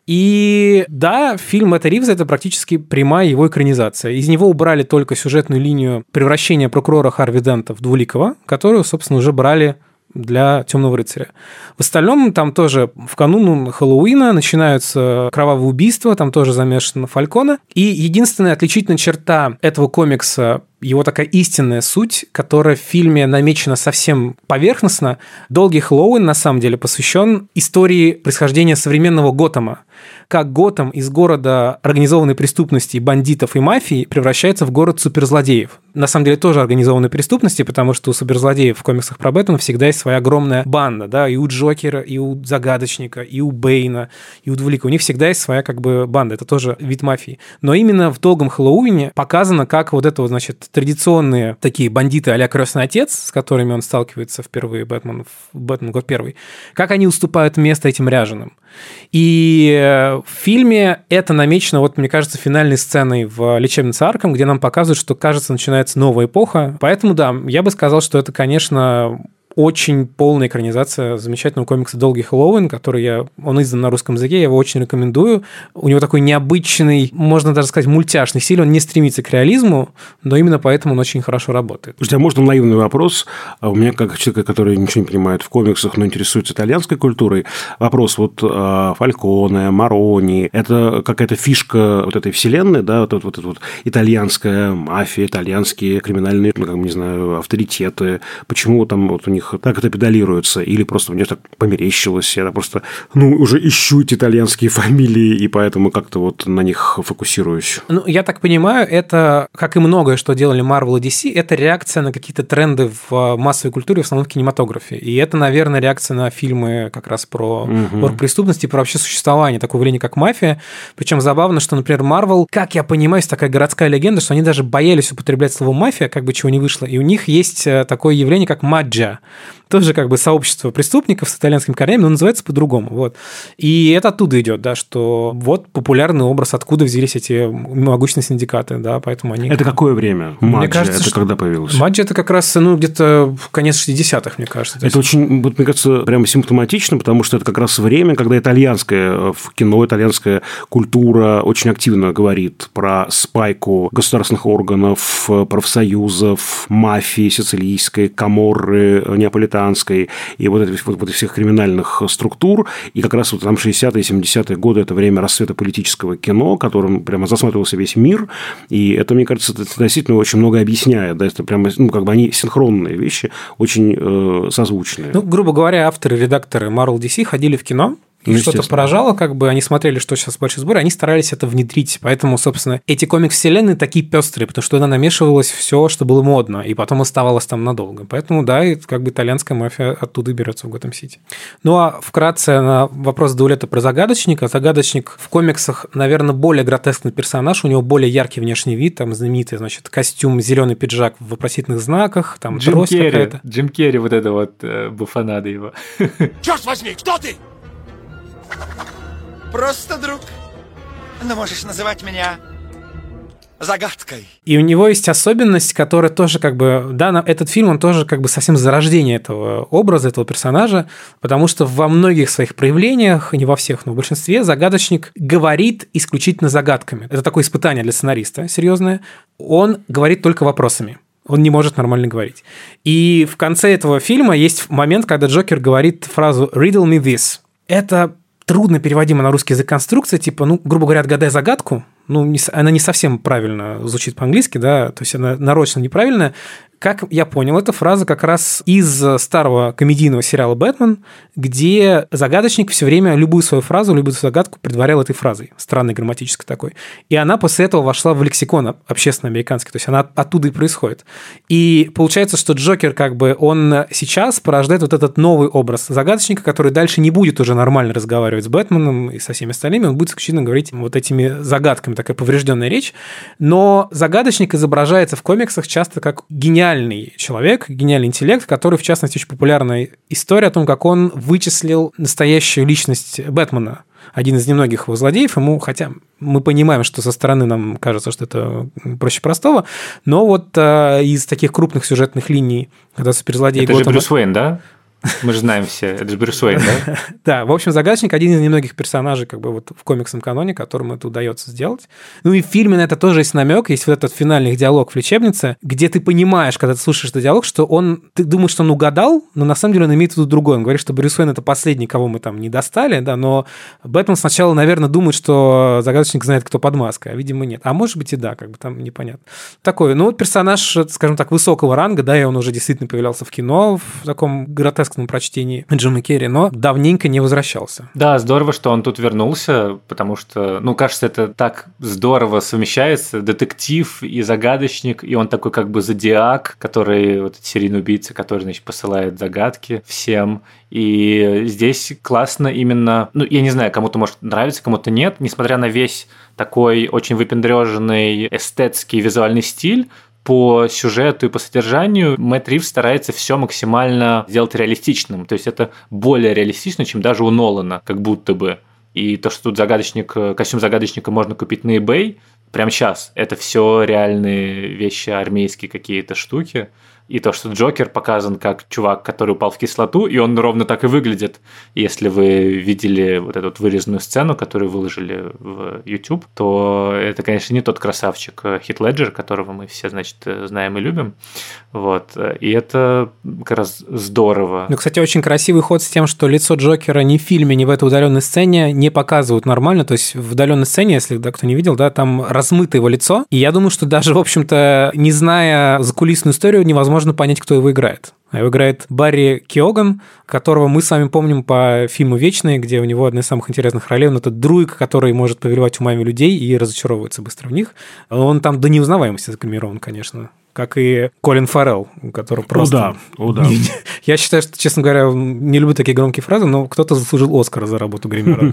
И да, фильм Мэтта Ривза – это практически прямая его экранизация. Из него убрали только сюжетную линию превращения прокурора Харви Дента в двуликого, которую, собственно, уже брали для «Темного рыцаря». В остальном там тоже в канун Хэллоуина начинаются кровавые убийства, там тоже замешано Фальконе. И единственная отличительная черта этого комикса, его такая истинная суть, которая в фильме намечена совсем поверхностно, «Долгий Хэллоуин» на самом деле посвящен истории происхождения современного Готэма. Как Готэм из города организованной преступности, бандитов и мафии превращается в город суперзлодеев. На самом деле тоже организованной преступности, потому что у суперзлодеев в комиксах про Бэтмена всегда есть своя огромная банда, да, и у Джокера, и у Загадочника, и у Бэйна, и у Двулика. У них всегда есть своя как бы банда, это тоже вид мафии. Но именно в «Долгом Хэллоуине» показано, как вот это вот, значит, традиционные такие бандиты а-ля «Крестный отец», с которыми он сталкивается впервые, Бэтмен, в «Бэтмен. Год первый», как они уступают место этим ряженым. И в фильме это намечено, вот, мне кажется, финальной сценой в лечебнице Аркхэм, где нам показывают, что, кажется, начинается новая эпоха. Поэтому, да, я бы сказал, что это, конечно, очень полная экранизация замечательного комикса «Долгий Хэллоуин», который я... Он издан на русском языке, я его очень рекомендую. У него такой необычный, можно даже сказать, мультяшный стиль. Он не стремится к реализму, но именно поэтому он очень хорошо работает. Слушайте, а можно наивный вопрос? У меня, как человека, который ничего не понимает в комиксах, но интересуется итальянской культурой, вопрос. Вот Фальконе, Марони, это какая-то фишка вот этой вселенной, да, вот, вот эта вот итальянская мафия, итальянские криминальные, ну, как, не знаю, авторитеты. Почему там вот у них так это педалируется, или просто мне так померещилось, я просто, ну, уже ищу эти итальянские фамилии, и поэтому как-то вот на них фокусируюсь. Ну, я так понимаю, это, как и многое, что делали Marvel и ди си, это реакция на какие-то тренды в массовой культуре, в основном в кинематографе. И это, наверное, реакция на фильмы как раз про угу. оргпреступность и про вообще существование такого явления, как мафия. Причем забавно, что, например, Marvel, как я понимаю, есть такая городская легенда, что они даже боялись употреблять слово «мафия», как бы чего не вышло. И у них есть такое явление, как маджа. Тоже как бы сообщество преступников с итальянскими корнями, но называется по-другому. Вот. И это оттуда идет, да, что вот популярный образ, откуда взялись эти могущественные синдикаты, да, поэтому они... Это какое время? Маджи, кажется, это когда появилось? Маджи это как раз, ну, где-то конец шестидесятых, мне кажется. Это есть... очень, вот, мне кажется, прямо симптоматично, потому что это как раз время, когда итальянское в кино, итальянская культура очень активно говорит про спайку государственных органов, профсоюзов, мафии сицилийской, каморры, неаполитанской, и вот этих вот, вот всех криминальных структур. И как раз вот там шестидесятые, семидесятые годы – это время расцвета политического кино, которым прямо засматривался весь мир. И это, мне кажется, это действительно очень много объясняет. Да? Это прямо, ну, как бы они синхронные вещи, очень э, созвучные. Ну, грубо говоря, авторы, редакторы Marvel ди си ходили в кино их что-то поражало, как бы они смотрели, что сейчас большой сбор, и они старались это внедрить. Поэтому, собственно, эти комикс-вселенные такие пестрые, потому что туда намешивалось все, что было модно, и потом оставалось там надолго. Поэтому, да, и как бы итальянская мафия оттуда и берется в Готэм-Сити. Ну, а вкратце на вопрос Даулета про загадочника. Загадочник в комиксах, наверное, более гротескный персонаж, у него более яркий внешний вид, там знаменитый, значит, костюм, зеленый пиджак в вопросительных знаках, там Джим трость Керри, какая-то. Джим Керри, вот это вот э, буфонада его. Черт возьми, кто ты? Просто друг. Но можешь называть меня загадкой. И у него есть особенность, которая тоже как бы... Да, этот фильм, он тоже как бы совсем зарождение этого образа, этого персонажа, потому что во многих своих проявлениях, не во всех, но в большинстве, загадочник говорит исключительно загадками. Это такое испытание для сценариста серьезное. Он говорит только вопросами. Он не может нормально говорить. И в конце этого фильма есть момент, когда Джокер говорит фразу «riddle me this». Это трудно переводимо на русский язык конструкция, типа, ну, грубо говоря, отгадай загадку. Ну, не, она не совсем правильно звучит по-английски, да, то есть она нарочно неправильная. Как я понял, эта фраза как раз из старого комедийного сериала «Бэтмен», где загадочник все время любую свою фразу, любую свою загадку предварял этой фразой, странной грамматической такой. И она после этого вошла в лексикон общественно-американский, то есть она оттуда и происходит. И получается, что Джокер, как бы, он сейчас порождает вот этот новый образ загадочника, который дальше не будет уже нормально разговаривать с Бэтменом и со всеми остальными, он будет исключительно говорить вот этими загадками, такая поврежденная речь. Но загадочник изображается в комиксах часто как гениальный гениальный человек, гениальный интеллект, который, в частности, очень популярная история о том, как он вычислил настоящую личность Бэтмена. Один из немногих его злодеев, ему, хотя мы понимаем, что со стороны нам кажется, что это проще простого, но вот э, из таких крупных сюжетных линий, когда суперзлодей... Это Готэма... же Брюс Уэйн, да? Мы же знаем все, это же Брюс Уэйн, да? Да, в общем, загадочник один из немногих персонажей как бы вот в комиксном каноне, которому это удается сделать. Ну и в фильме на это тоже есть намек, есть вот этот финальный их диалог в лечебнице, где ты понимаешь, когда ты слушаешь этот диалог, что он, ты думаешь, что он угадал, но на самом деле он имеет в виду другое. Он говорит, что Брюс Уэйн – это последний, кого мы там не достали, да, но Бэтмен сначала, наверное, думает, что загадочник знает, кто под маской, а, видимо, нет. А может быть и да, как бы там непонятно. Такой, ну вот персонаж, скажем так, высокого ранга, да, и он уже действительно появлялся в кино в таком гротескном прочтении Джима Керри, но давненько не возвращался. Да, здорово, что он тут вернулся, потому что, ну, кажется, это так здорово совмещается, детектив и загадочник, и он такой как бы зодиак, который, вот этот серийный убийца, который, значит, посылает загадки всем, и здесь классно именно, ну, я не знаю, кому-то может нравится, кому-то нет, несмотря на весь такой очень выпендреженный эстетский визуальный стиль, по сюжету и по содержанию Мэтт Ривз старается все максимально сделать реалистичным. То есть это более реалистично, чем даже у Нолана, как будто бы. И то, что тут загадочник, костюм загадочника можно купить на eBay прямо сейчас, это все реальные вещи, армейские какие-то штуки. И то, что Джокер показан как чувак, который упал в кислоту, и он ровно так и выглядит. Если вы видели вот эту вот вырезанную сцену, которую выложили в YouTube, то это, конечно, не тот красавчик Хит Леджер, которого мы все, значит, знаем и любим. Вот. И это как раз здорово. Ну, кстати, очень красивый ход с тем, что лицо Джокера ни в фильме, ни в этой удаленной сцене не показывают нормально. То есть в удаленной сцене, если да, кто не видел, да, там размыто его лицо. И я думаю, что даже, в общем-то, не зная закулисную историю, невозможно можно понять, кто его играет. Его играет Барри Киоган, которого мы с вами помним по фильму «Вечные», где у него одна из самых интересных ролей. Он этот друид, который может повелевать умами людей и разочаровывается быстро в них. Он там до неузнаваемости загримирован, конечно. Как и Колин Фаррелл, у которого просто... О, да, о, да. Я считаю, что, честно говоря, не люблю такие громкие фразы, но кто-то заслужил Оскара за работу гримера.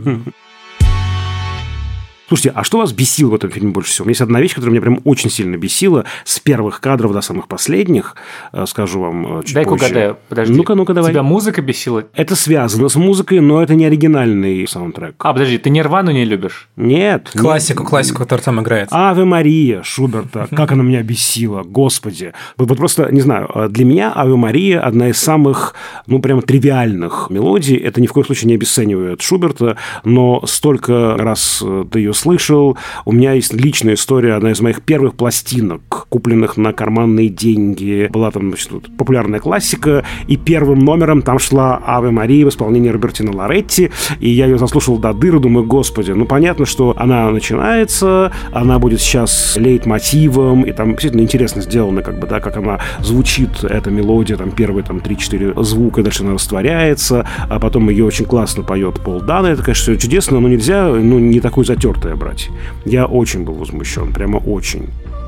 Слушайте, а что вас бесило в этом фильме больше всего? У меня есть одна вещь, которая меня прям очень сильно бесила. С первых кадров до самых последних, скажу вам чуть Дай-ка позже. угадаю, подожди. Ну-ка, ну-ка, давай. Тебя музыка бесила? Это связано с музыкой, но это не оригинальный саундтрек. А, подожди, ты Нирвану не любишь? Нет. Классику, нет. классику, которая там играет. Аве Мария Шуберта. Как она меня бесила, господи. Вот просто, не знаю, для меня Аве Мария одна из самых, ну, прямо тривиальных мелодий. Это ни в коем случае не обесценивает Шуберта, но столько раз ты ее ее слышал. У меня есть личная история, одна из моих первых пластинок, купленных на карманные деньги. Была там, значит, популярная классика, и первым номером там шла «Аве Мария» в исполнении Робертино Лоретти, и я ее заслушал до дыры, думаю, господи, ну понятно, что она начинается, она будет сейчас лейтмотивом, и там действительно интересно сделано, как бы, да, как она звучит, эта мелодия, там первые там три-четыре звука, и дальше она растворяется, а потом ее очень классно поет Пол Дано. Это, конечно, все чудесно, но нельзя, ну, не такое затертое брать. Я очень был возмущен, прямо очень.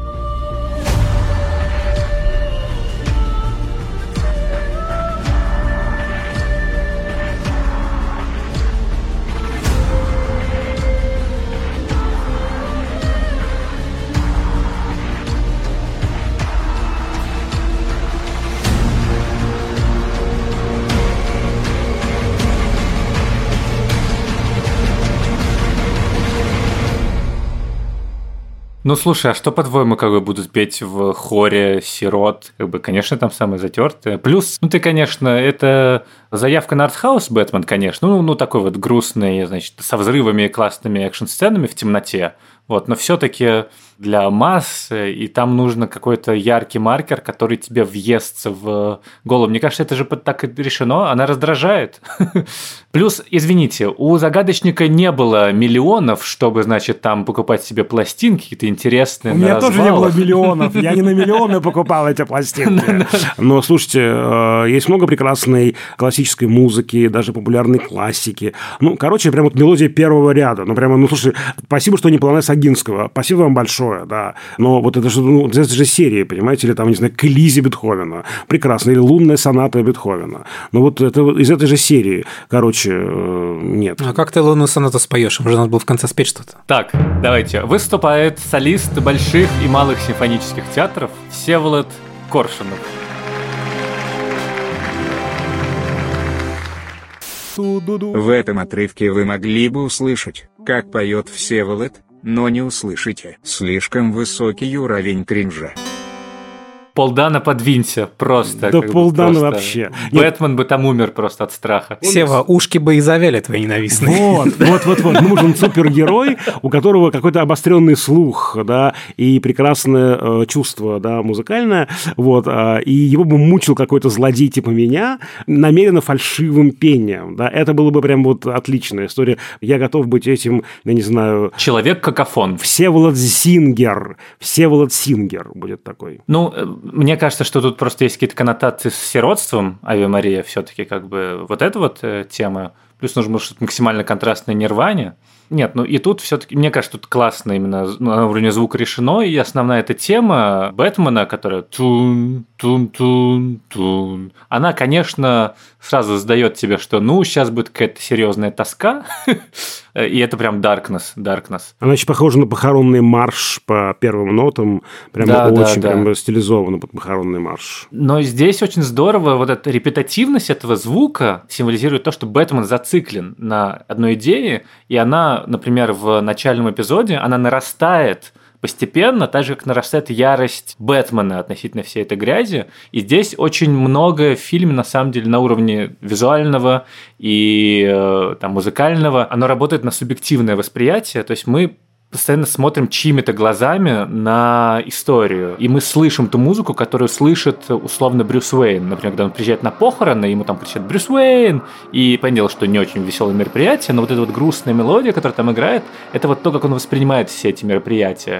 Ну, слушай, а что, по-твоему, как бы будут петь в хоре сирот? Как бы, конечно, там самое затертое. Плюс, ну, ты, конечно, это заявка на артхаус Бэтмен, конечно. Ну, ну, такой вот грустный, значит, со взрывами и классными экшн-сценами в темноте. Вот, но все-таки для масс, и там нужно какой-то яркий маркер, который тебе въестся в голову. Мне кажется, это же так и решено, она раздражает. Плюс, извините, у загадочника не было миллионов, чтобы, значит, там покупать себе пластинки какие-то интересные. У меня тоже не было миллионов, я не на миллионы покупал эти пластинки. Но, слушайте, есть много прекрасной классической музыки, даже популярной классики. Ну, короче, прям вот мелодия первого ряда. Ну, прямо, ну, слушай, спасибо, что не Полонез Огинского. Спасибо вам большое. Да. Но вот это же, ну, это же серии, понимаете, или там, не знаю, к Элизе Бетховена. Прекрасно. Или лунная соната Бетховена. Но вот это из этой же серии. Короче, нет. А как ты лунную сонату споешь? Уже надо было в конце спеть что-то. Так, давайте. Выступает солист больших и малых симфонических театров Всеволод Коршунов. В этом отрывке вы могли бы услышать, как поет Всеволод, но не услышите. Слишком высокий уровень кринжа. Пол Дано, подвинься, просто. Да Пол Дано вообще. Бэтмен Нет. бы там умер просто от страха. Сева, ушки бы и завяли твои ненавистные. Вот, вот, вот, вот. Нужен супергерой, у которого какой-то обостренный слух, да, и прекрасное э, чувство, да, музыкальное, вот, э, и его бы мучил какой-то злодей типа меня намеренно фальшивым пением, да, это было бы прям вот отличная история. Я готов быть этим, я не знаю... Человек-какофон. Всеволод Сингер. Всеволод Сингер будет такой. Ну, мне кажется, что тут просто есть какие-то коннотации с сиротством, Аве Мария все-таки как бы вот эта вот э, тема. Плюс нужно что-то максимально контрастное Нирване. Нет, ну и тут все-таки, мне кажется, тут классно именно на уровне звука решено, и основная эта тема Бэтмена, которая тун, тун, тун, тун, она, конечно, сразу сдает тебе, что ну, сейчас будет какая-то серьезная тоска, и это прям darkness, darkness. Она очень похожа на похоронный марш по первым нотам, прям да, очень да, прям да. стилизованно под похоронный марш. Но здесь очень здорово, вот эта репетативность этого звука символизирует то, что Бэтмен зациклен на одной идее, и она, например, в начальном эпизоде, она нарастает постепенно, так же, как нарастает ярость Бэтмена относительно всей этой грязи. И здесь очень много в фильме, на самом деле, на уровне визуального и э, там, музыкального. Оно работает на субъективное восприятие, то есть мы постоянно смотрим чьими-то глазами на историю. И мы слышим ту музыку, которую слышит условно Брюс Уэйн. Например, когда он приезжает на похороны, ему там кричат «Брюс Уэйн!» И понятно, что не очень веселое мероприятие, но вот эта вот грустная мелодия, которая там играет, это вот то, как он воспринимает все эти мероприятия.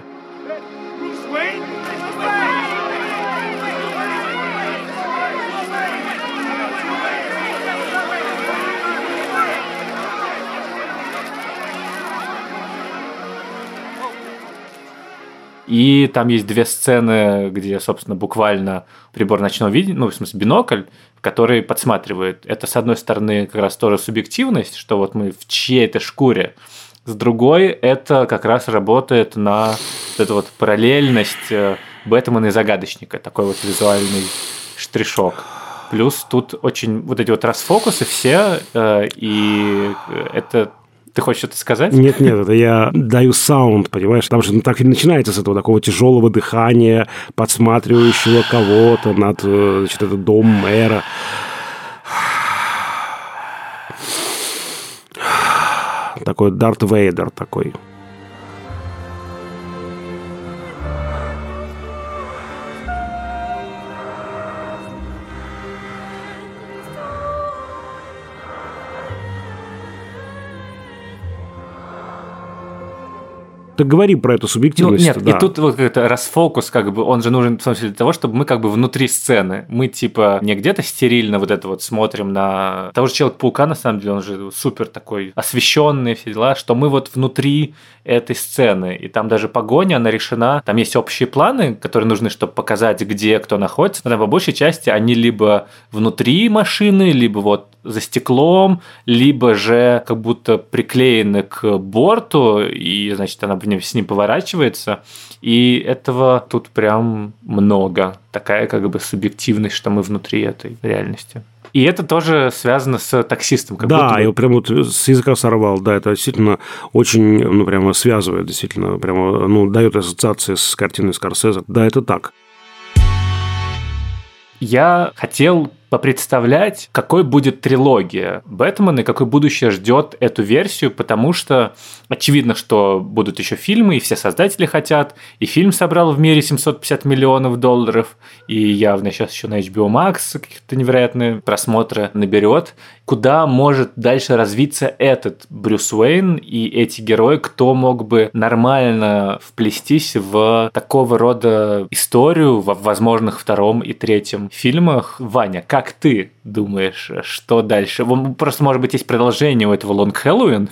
И там есть две сцены, где, собственно, буквально прибор ночного видения, ну, в смысле, бинокль, который подсматривает. Это, с одной стороны, как раз тоже субъективность, что вот мы в чьей-то шкуре. С другой, это как раз работает на вот эту вот параллельность Бэтмена и Загадочника, такой вот визуальный штришок. Плюс тут очень вот эти вот расфокусы все, и это... Ты хочешь что-то сказать? Нет, нет, это я даю саунд, понимаешь? Там же ну, так и начинается с этого такого тяжелого дыхания, подсматривающего кого-то над, значит, этот дом мэра. Такой Дарт Вейдер такой. Так говори про эту субъективность. Ну, нет, да. И тут вот это расфокус, как бы, он же нужен в том числе для того, чтобы мы как бы внутри сцены. Мы типа не где-то стерильно вот это вот смотрим на того же Человека-паука, на самом деле, он же супер такой освещенный, все дела, что мы вот внутри этой сцены. И там даже погоня, она решена. Там есть общие планы, которые нужны, чтобы показать, где кто находится. Но там по большей части они либо внутри машины, либо вот за стеклом, либо же как будто приклеены к борту, и, значит, она с ним поворачивается. И этого тут прям много. Такая как бы субъективность, что мы внутри этой реальности. И это тоже связано с таксистом. Как да, будто... я прям вот с языка сорвал. Да, это действительно очень, ну, прямо связывает, действительно, прямо, ну, дает ассоциации с картиной Скорсезе. Да, это так. Я хотел попредставлять, какой будет трилогия Бэтмена и какое будущее ждет эту версию, потому что очевидно, что будут еще фильмы, и все создатели хотят, и фильм собрал в мире семьсот пятьдесят миллионов долларов, и явно сейчас еще на эйч би о Max какие-то невероятные просмотры наберет. Куда может дальше развиться этот Брюс Уэйн и эти герои, кто мог бы нормально вплестись в такого рода историю в возможных втором и третьем фильмах? Ваня, как ты думаешь, что дальше? Просто, может быть, есть продолжение у этого Лонг Хэллоуин,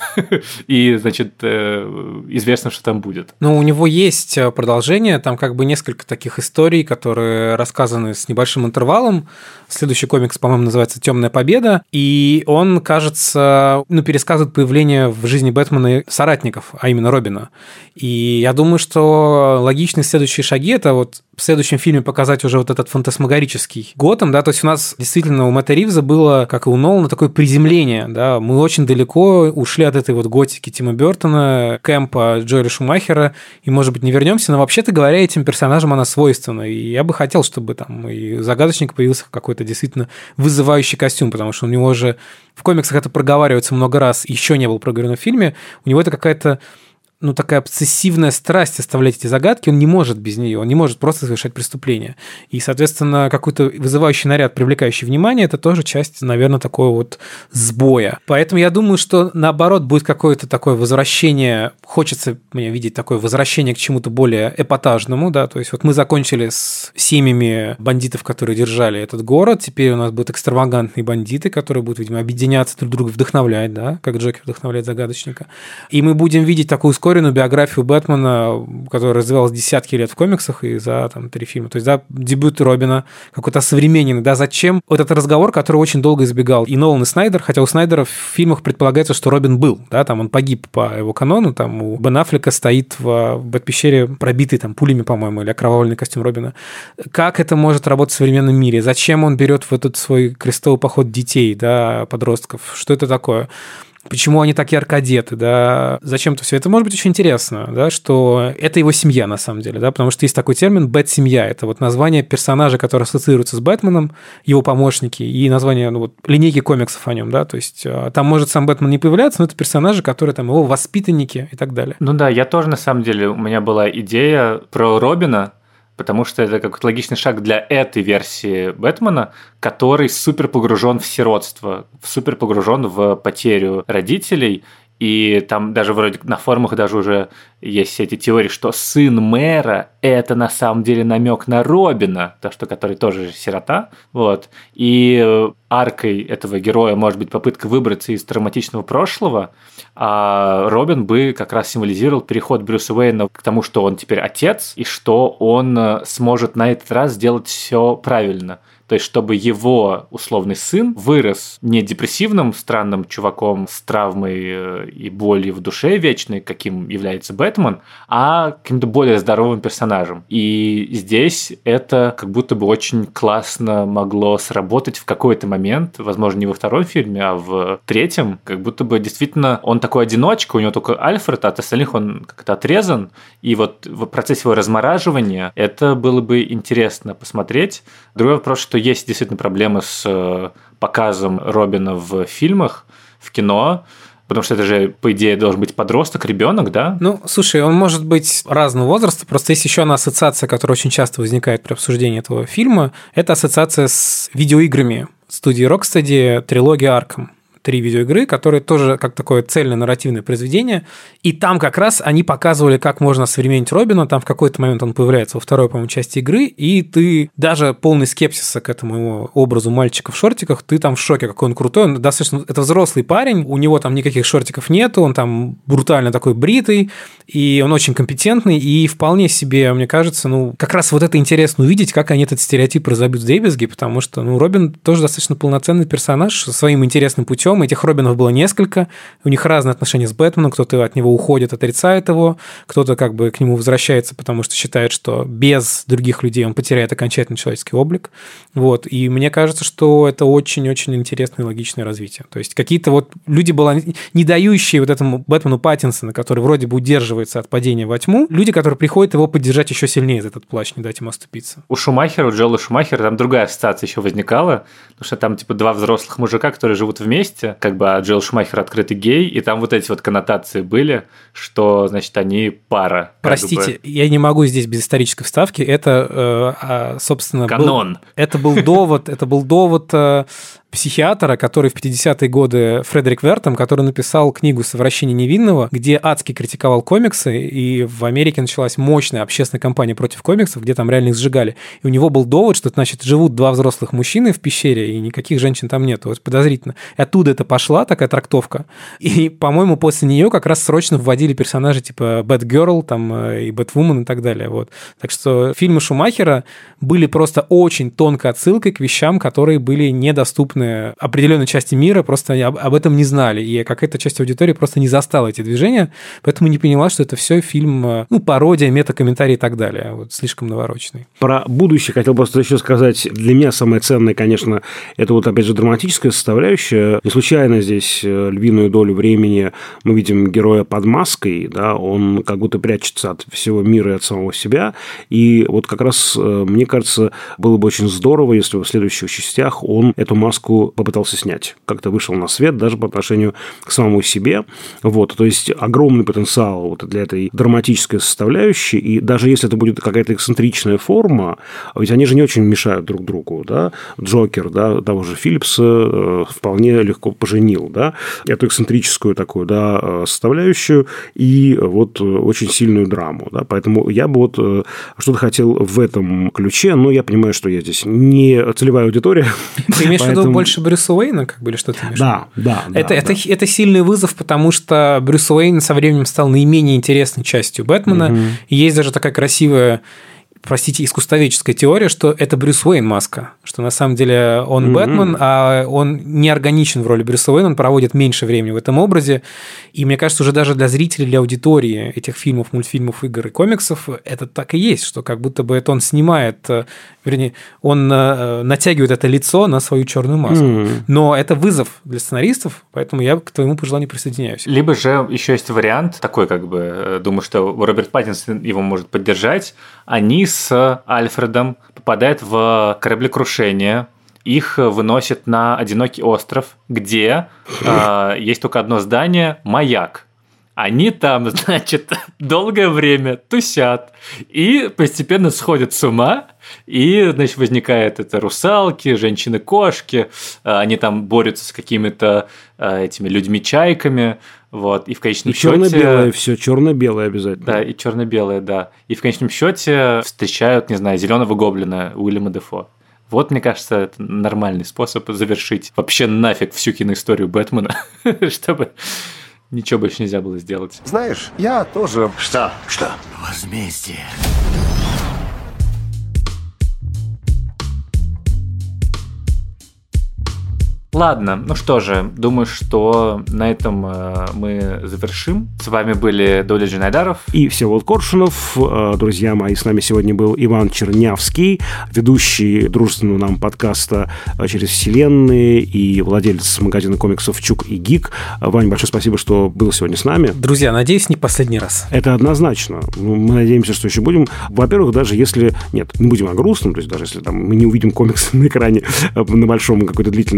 и, значит, известно, что там будет. Ну, у него есть продолжение, там как бы несколько таких историй, которые рассказаны с небольшим интервалом. Следующий комикс, по-моему, называется «Темная победа», и он, кажется, ну, пересказывает появление в жизни Бэтмена соратников, а именно Робина. И я думаю, что логичные следующие шаги – это вот в следующем фильме показать уже вот этот фантасмагорический Готэм, да, то есть у нас действительно у Мэтта Ривза было, как и у Нолана, такое приземление, да, мы очень далеко ушли от этой вот готики Тима Бёртона, Кэмпа, Джоэля Шумахера, и, может быть, не вернемся, но вообще-то говоря, этим персонажам она свойственна, и я бы хотел, чтобы там и Загадочник появился какой-то действительно вызывающий костюм, потому что у него же в комиксах это проговаривается много раз, еще не было проговорено в фильме, у него это какая-то ну, такая обсессивная страсть оставлять эти загадки, он не может без нее, он не может просто совершать преступление. И, соответственно, какой-то вызывающий наряд, привлекающий внимание, это тоже часть, наверное, такого вот сбоя. Поэтому я думаю, что, наоборот, будет какое-то такое возвращение, хочется мне видеть такое возвращение к чему-то более эпатажному, да, то есть вот мы закончили с семьями бандитов, которые держали этот город, теперь у нас будут экстравагантные бандиты, которые будут, видимо, объединяться друг друга, вдохновлять, да, как Джокер вдохновляет Загадочника. И мы будем видеть такую ускоренную биографию Бэтмена, которая развивалась десятки лет в комиксах и за там три фильма. То есть, да, дебют Робина, какой-то современный, да, зачем? Вот этот разговор, который очень долго избегал и Нолан, и Снайдер, хотя у Снайдера в фильмах предполагается, что Робин был, да, там он погиб по его канону, там у Бен Аффлека стоит в Бэт-пещере пробитый там пулями, по-моему, или окровавленный костюм Робина. Как это может работать в современном мире? Зачем он берет в этот свой крестовый поход детей, да, подростков? Что это такое? Почему они так ярко одеты, да, зачем-то все это может быть очень интересно, да, что это его семья на самом деле, да, потому что есть такой термин «Бэт-семья», это вот название персонажа, который ассоциируется с Бэтменом, его помощники и название, ну, вот, линейки комиксов о нем, да, то есть там может сам Бэтмен не появляться, но это персонажи, которые там его воспитанники и так далее. Ну да, я тоже на самом деле, у меня была идея про Робина, потому что это какой-то логичный шаг для этой версии Бэтмена, который супер погружен в сиротство, супер погружен в потерю родителей. И там даже вроде на форумах даже уже есть эти теории, что сын мэра – это на самом деле намек на Робина, то, что который тоже сирота. Вот. И аркой этого героя может быть попытка выбраться из травматичного прошлого, а Робин бы как раз символизировал переход Брюса Уэйна к тому, что он теперь отец, и что он сможет на этот раз сделать все правильно. То есть, чтобы его условный сын вырос не депрессивным, странным чуваком с травмой и болью в душе вечной, каким является Бэтмен, а каким-то более здоровым персонажем. И здесь это как будто бы очень классно могло сработать в какой-то момент, возможно, не во втором фильме, а в третьем, как будто бы действительно он такой одиночка, у него только Альфред, а от остальных он как-то отрезан, и вот в процессе его размораживания это было бы интересно посмотреть. Другой вопрос, что есть действительно проблемы с показом Робина в фильмах, в кино, потому что это же, по идее, должен быть подросток, ребенок, да? Ну, слушай, он может быть разного возраста, просто есть еще одна ассоциация, которая очень часто возникает при обсуждении этого фильма, это ассоциация с видеоиграми студии Rocksteady, трилогия Arkham. три видеоигры, которые тоже как такое цельно-нарративное произведение, и там как раз они показывали, как можно современнить Робина, там в какой-то момент он появляется во второй, по-моему, части игры, и ты даже полный скепсиса к этому его образу мальчика в шортиках, ты там в шоке, какой он крутой, он достаточно, это взрослый парень, у него там никаких шортиков нету, он там брутально такой бритый, и он очень компетентный, и вполне себе, мне кажется, ну, как раз вот это интересно увидеть, как они этот стереотип разобьют вдребезги, потому что, ну, Робин тоже достаточно полноценный персонаж со своим интересным путем, этих Робинов было несколько, у них разные отношения с Бэтменом, кто-то от него уходит, отрицает его, кто-то как бы к нему возвращается, потому что считает, что без других людей он потеряет окончательно человеческий облик, вот, и мне кажется, что это очень-очень интересное и логичное развитие, то есть какие-то вот люди были не дающие вот этому Бэтмену Паттинсона, который вроде бы удерживается от падения во тьму, люди, которые приходят его поддержать еще сильнее за этот плащ, не дать ему оступиться. У Шумахера, у Джоэла Шумахера там другая ассоциация еще возникала, потому что там типа два взрослых мужика, которые живут вместе, как бы, а Джоэл Шумахер открытый гей, и там вот эти вот коннотации были, что, значит, они пара. Простите, я не могу здесь без исторической вставки, это, собственно... Канон. Был, это был довод, это был довод... психиатра, который в пятидесятые годы, Фредерик Вертом, который написал книгу «Совращение невинного», где адски критиковал комиксы, и в Америке началась мощная общественная кампания против комиксов, где там реально их сжигали. И у него был довод, что, значит, живут два взрослых мужчины в пещере, и никаких женщин там нет. Вот подозрительно. И оттуда это пошла такая трактовка. И, по-моему, после нее как раз срочно вводили персонажи типа Бэтгерл там, и Бэтвумен и так далее. Вот. Так что фильмы Шумахера были просто очень тонкой отсылкой к вещам, которые были недоступны определенной части мира, просто они об, об этом не знали, и какая-то часть аудитории просто не застала эти движения, поэтому не поняла, что это все фильм, ну, пародия, мета-комментарий и так далее, вот, слишком навороченный. Про будущее хотел просто еще сказать. Для меня самое ценное, конечно, это вот, опять же, драматическая составляющая. Не случайно здесь львиную долю времени мы видим героя под маской, да, он как будто прячется от всего мира и от самого себя, и вот как раз, мне кажется, было бы очень здорово, если в следующих частях он эту маску попытался снять. Как-то вышел на свет даже по отношению к самому себе. Вот. То есть огромный потенциал вот для этой драматической составляющей. И даже если это будет какая-то эксцентричная форма, ведь они же не очень мешают друг другу. Да? Джокер, да, того же Филлипса э, вполне легко поженил, да? Эту эксцентрическую такую, да, составляющую и вот очень сильную драму. Да? Поэтому я бы вот э, что-то хотел в этом ключе, но я понимаю, что я здесь не целевая аудитория. Ты имеешь в виду больше Брюса Уэйна, как бы, или что ты имеешь? Да, да. Это, да, это, да. это сильный вызов, потому что Брюс Уэйн со временем стал наименее интересной частью Бэтмена. Угу. И есть даже такая красивая, простите, искусствоведческая теория, что это Брюс Уэйн маска, что на самом деле он mm-hmm. Бэтмен, а он не органичен в роли Брюса Уэйна, он проводит меньше времени в этом образе, и мне кажется, уже даже для зрителей, для аудитории этих фильмов, мультфильмов, игр и комиксов это так и есть, что как будто бы это он снимает, вернее, он натягивает это лицо на свою черную маску. Mm-hmm. Но это вызов для сценаристов, поэтому я к твоему пожеланию присоединяюсь. Либо же еще есть вариант такой, как бы, думаю, что Роберт Паттинсон его может поддержать, они с Альфредом попадают в кораблекрушение, их выносят на одинокий остров, где э, есть только одно здание – маяк. Они там, значит, долгое время тусят и постепенно сходят с ума, и, значит, возникают это русалки, женщины-кошки, они там борются с какими-то этими людьми-чайками, вот, и в конечном и счете... черно-белое все, черно-белое обязательно. Да, и черно-белое, да. И в конечном счете встречают, не знаю, зеленого гоблина Уильяма Дефо. Вот, мне кажется, это нормальный способ завершить вообще нафиг всю киноисторию Бэтмена, чтобы ничего больше нельзя было сделать. Знаешь, я тоже... Что? Что? Возмездие. Ладно, ну что же, думаю, что на этом э, мы завершим. С вами были Доля Джинайдаров и Всеволод Коршунов. Друзья мои, с нами сегодня был Иван Чернявский, ведущий дружественного нам подкаста «Через вселенные» и владелец магазина комиксов «Чук и Гик». Вань, большое спасибо, что был сегодня с нами. Друзья, надеюсь, не последний раз. Это однозначно. Мы надеемся, что еще будем. Во-первых, даже если... Нет, не будем о грустном, то есть даже если там, мы не увидим комикс на экране на большом какое-то длительное время,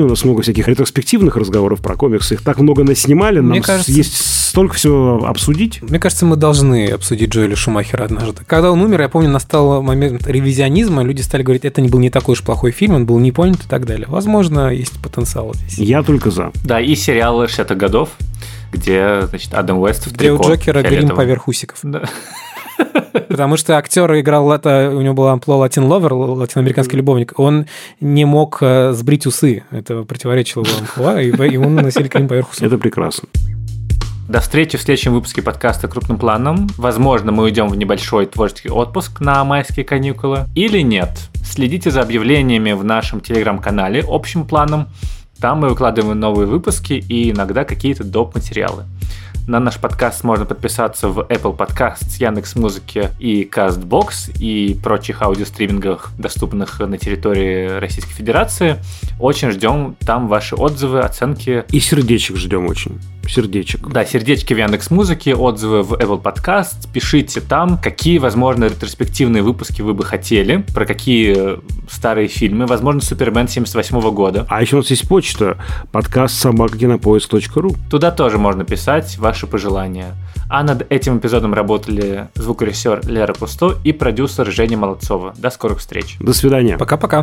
нас много всяких ретроспективных разговоров про комиксы, их так много наснимали, нам Мне кажется... есть столько всего обсудить. Мне кажется, мы должны обсудить Джоэля Шумахера однажды. Когда он умер, я помню, настал момент ревизионизма, люди стали говорить, это не был не такой уж плохой фильм, он был не понят и так далее. Возможно, есть потенциал здесь. Я только за. Да, и сериалы шестидесятых годов, где, значит, Адам Уэст в Где трико у Джокера грим поверх усиков. Да. Потому что актер играл, это, у него была амплуа Латин Ловер, латиноамериканский любовник, он не мог сбрить усы, это противоречило его амплуа, и ему наносили грим поверх усов. Это прекрасно. До встречи в следующем выпуске подкаста «Крупным планом». Возможно, мы уйдем в небольшой творческий отпуск на майские каникулы. Или нет. Следите за объявлениями в нашем телеграм-канале «Общим планом». Там мы выкладываем новые выпуски и иногда какие-то доп. Материалы. На наш подкаст можно подписаться в Apple Podcasts, Яндекс.Музыке и CastBox и прочих аудиостримингах, доступных на территории Российской Федерации. Очень ждем там ваши отзывы, оценки. И сердечек ждем очень. Сердечек. Да, сердечки в Яндекс.Музыке, отзывы в Apple Podcast. Пишите там, какие, возможно, ретроспективные выпуски вы бы хотели, про какие старые фильмы. Возможно, Супермен семьдесят восьмого года. А еще у нас есть почта подкаст собака кинопоиск точка ру. Туда тоже можно писать ваши пожелания. А над этим эпизодом работали звукорежиссер Лера Пусто и продюсер Женя Молодцова. До скорых встреч. До свидания. Пока-пока.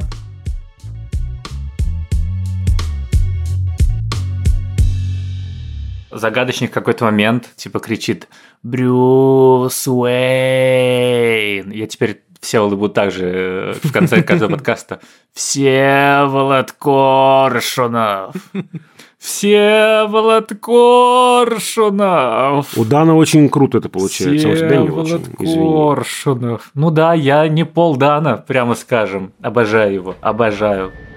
Загадочник в какой-то момент типа кричит «Брюс Уэйн». Я теперь Всеволод буду также в конце каждого подкаста «Всеволод Коршунов». Всеволод Коршунов. У Дана очень круто это получается, а у тебя не очень. Всеволод Коршунов. Ну да, я не Пол Дана, прямо скажем. Обожаю его, обожаю.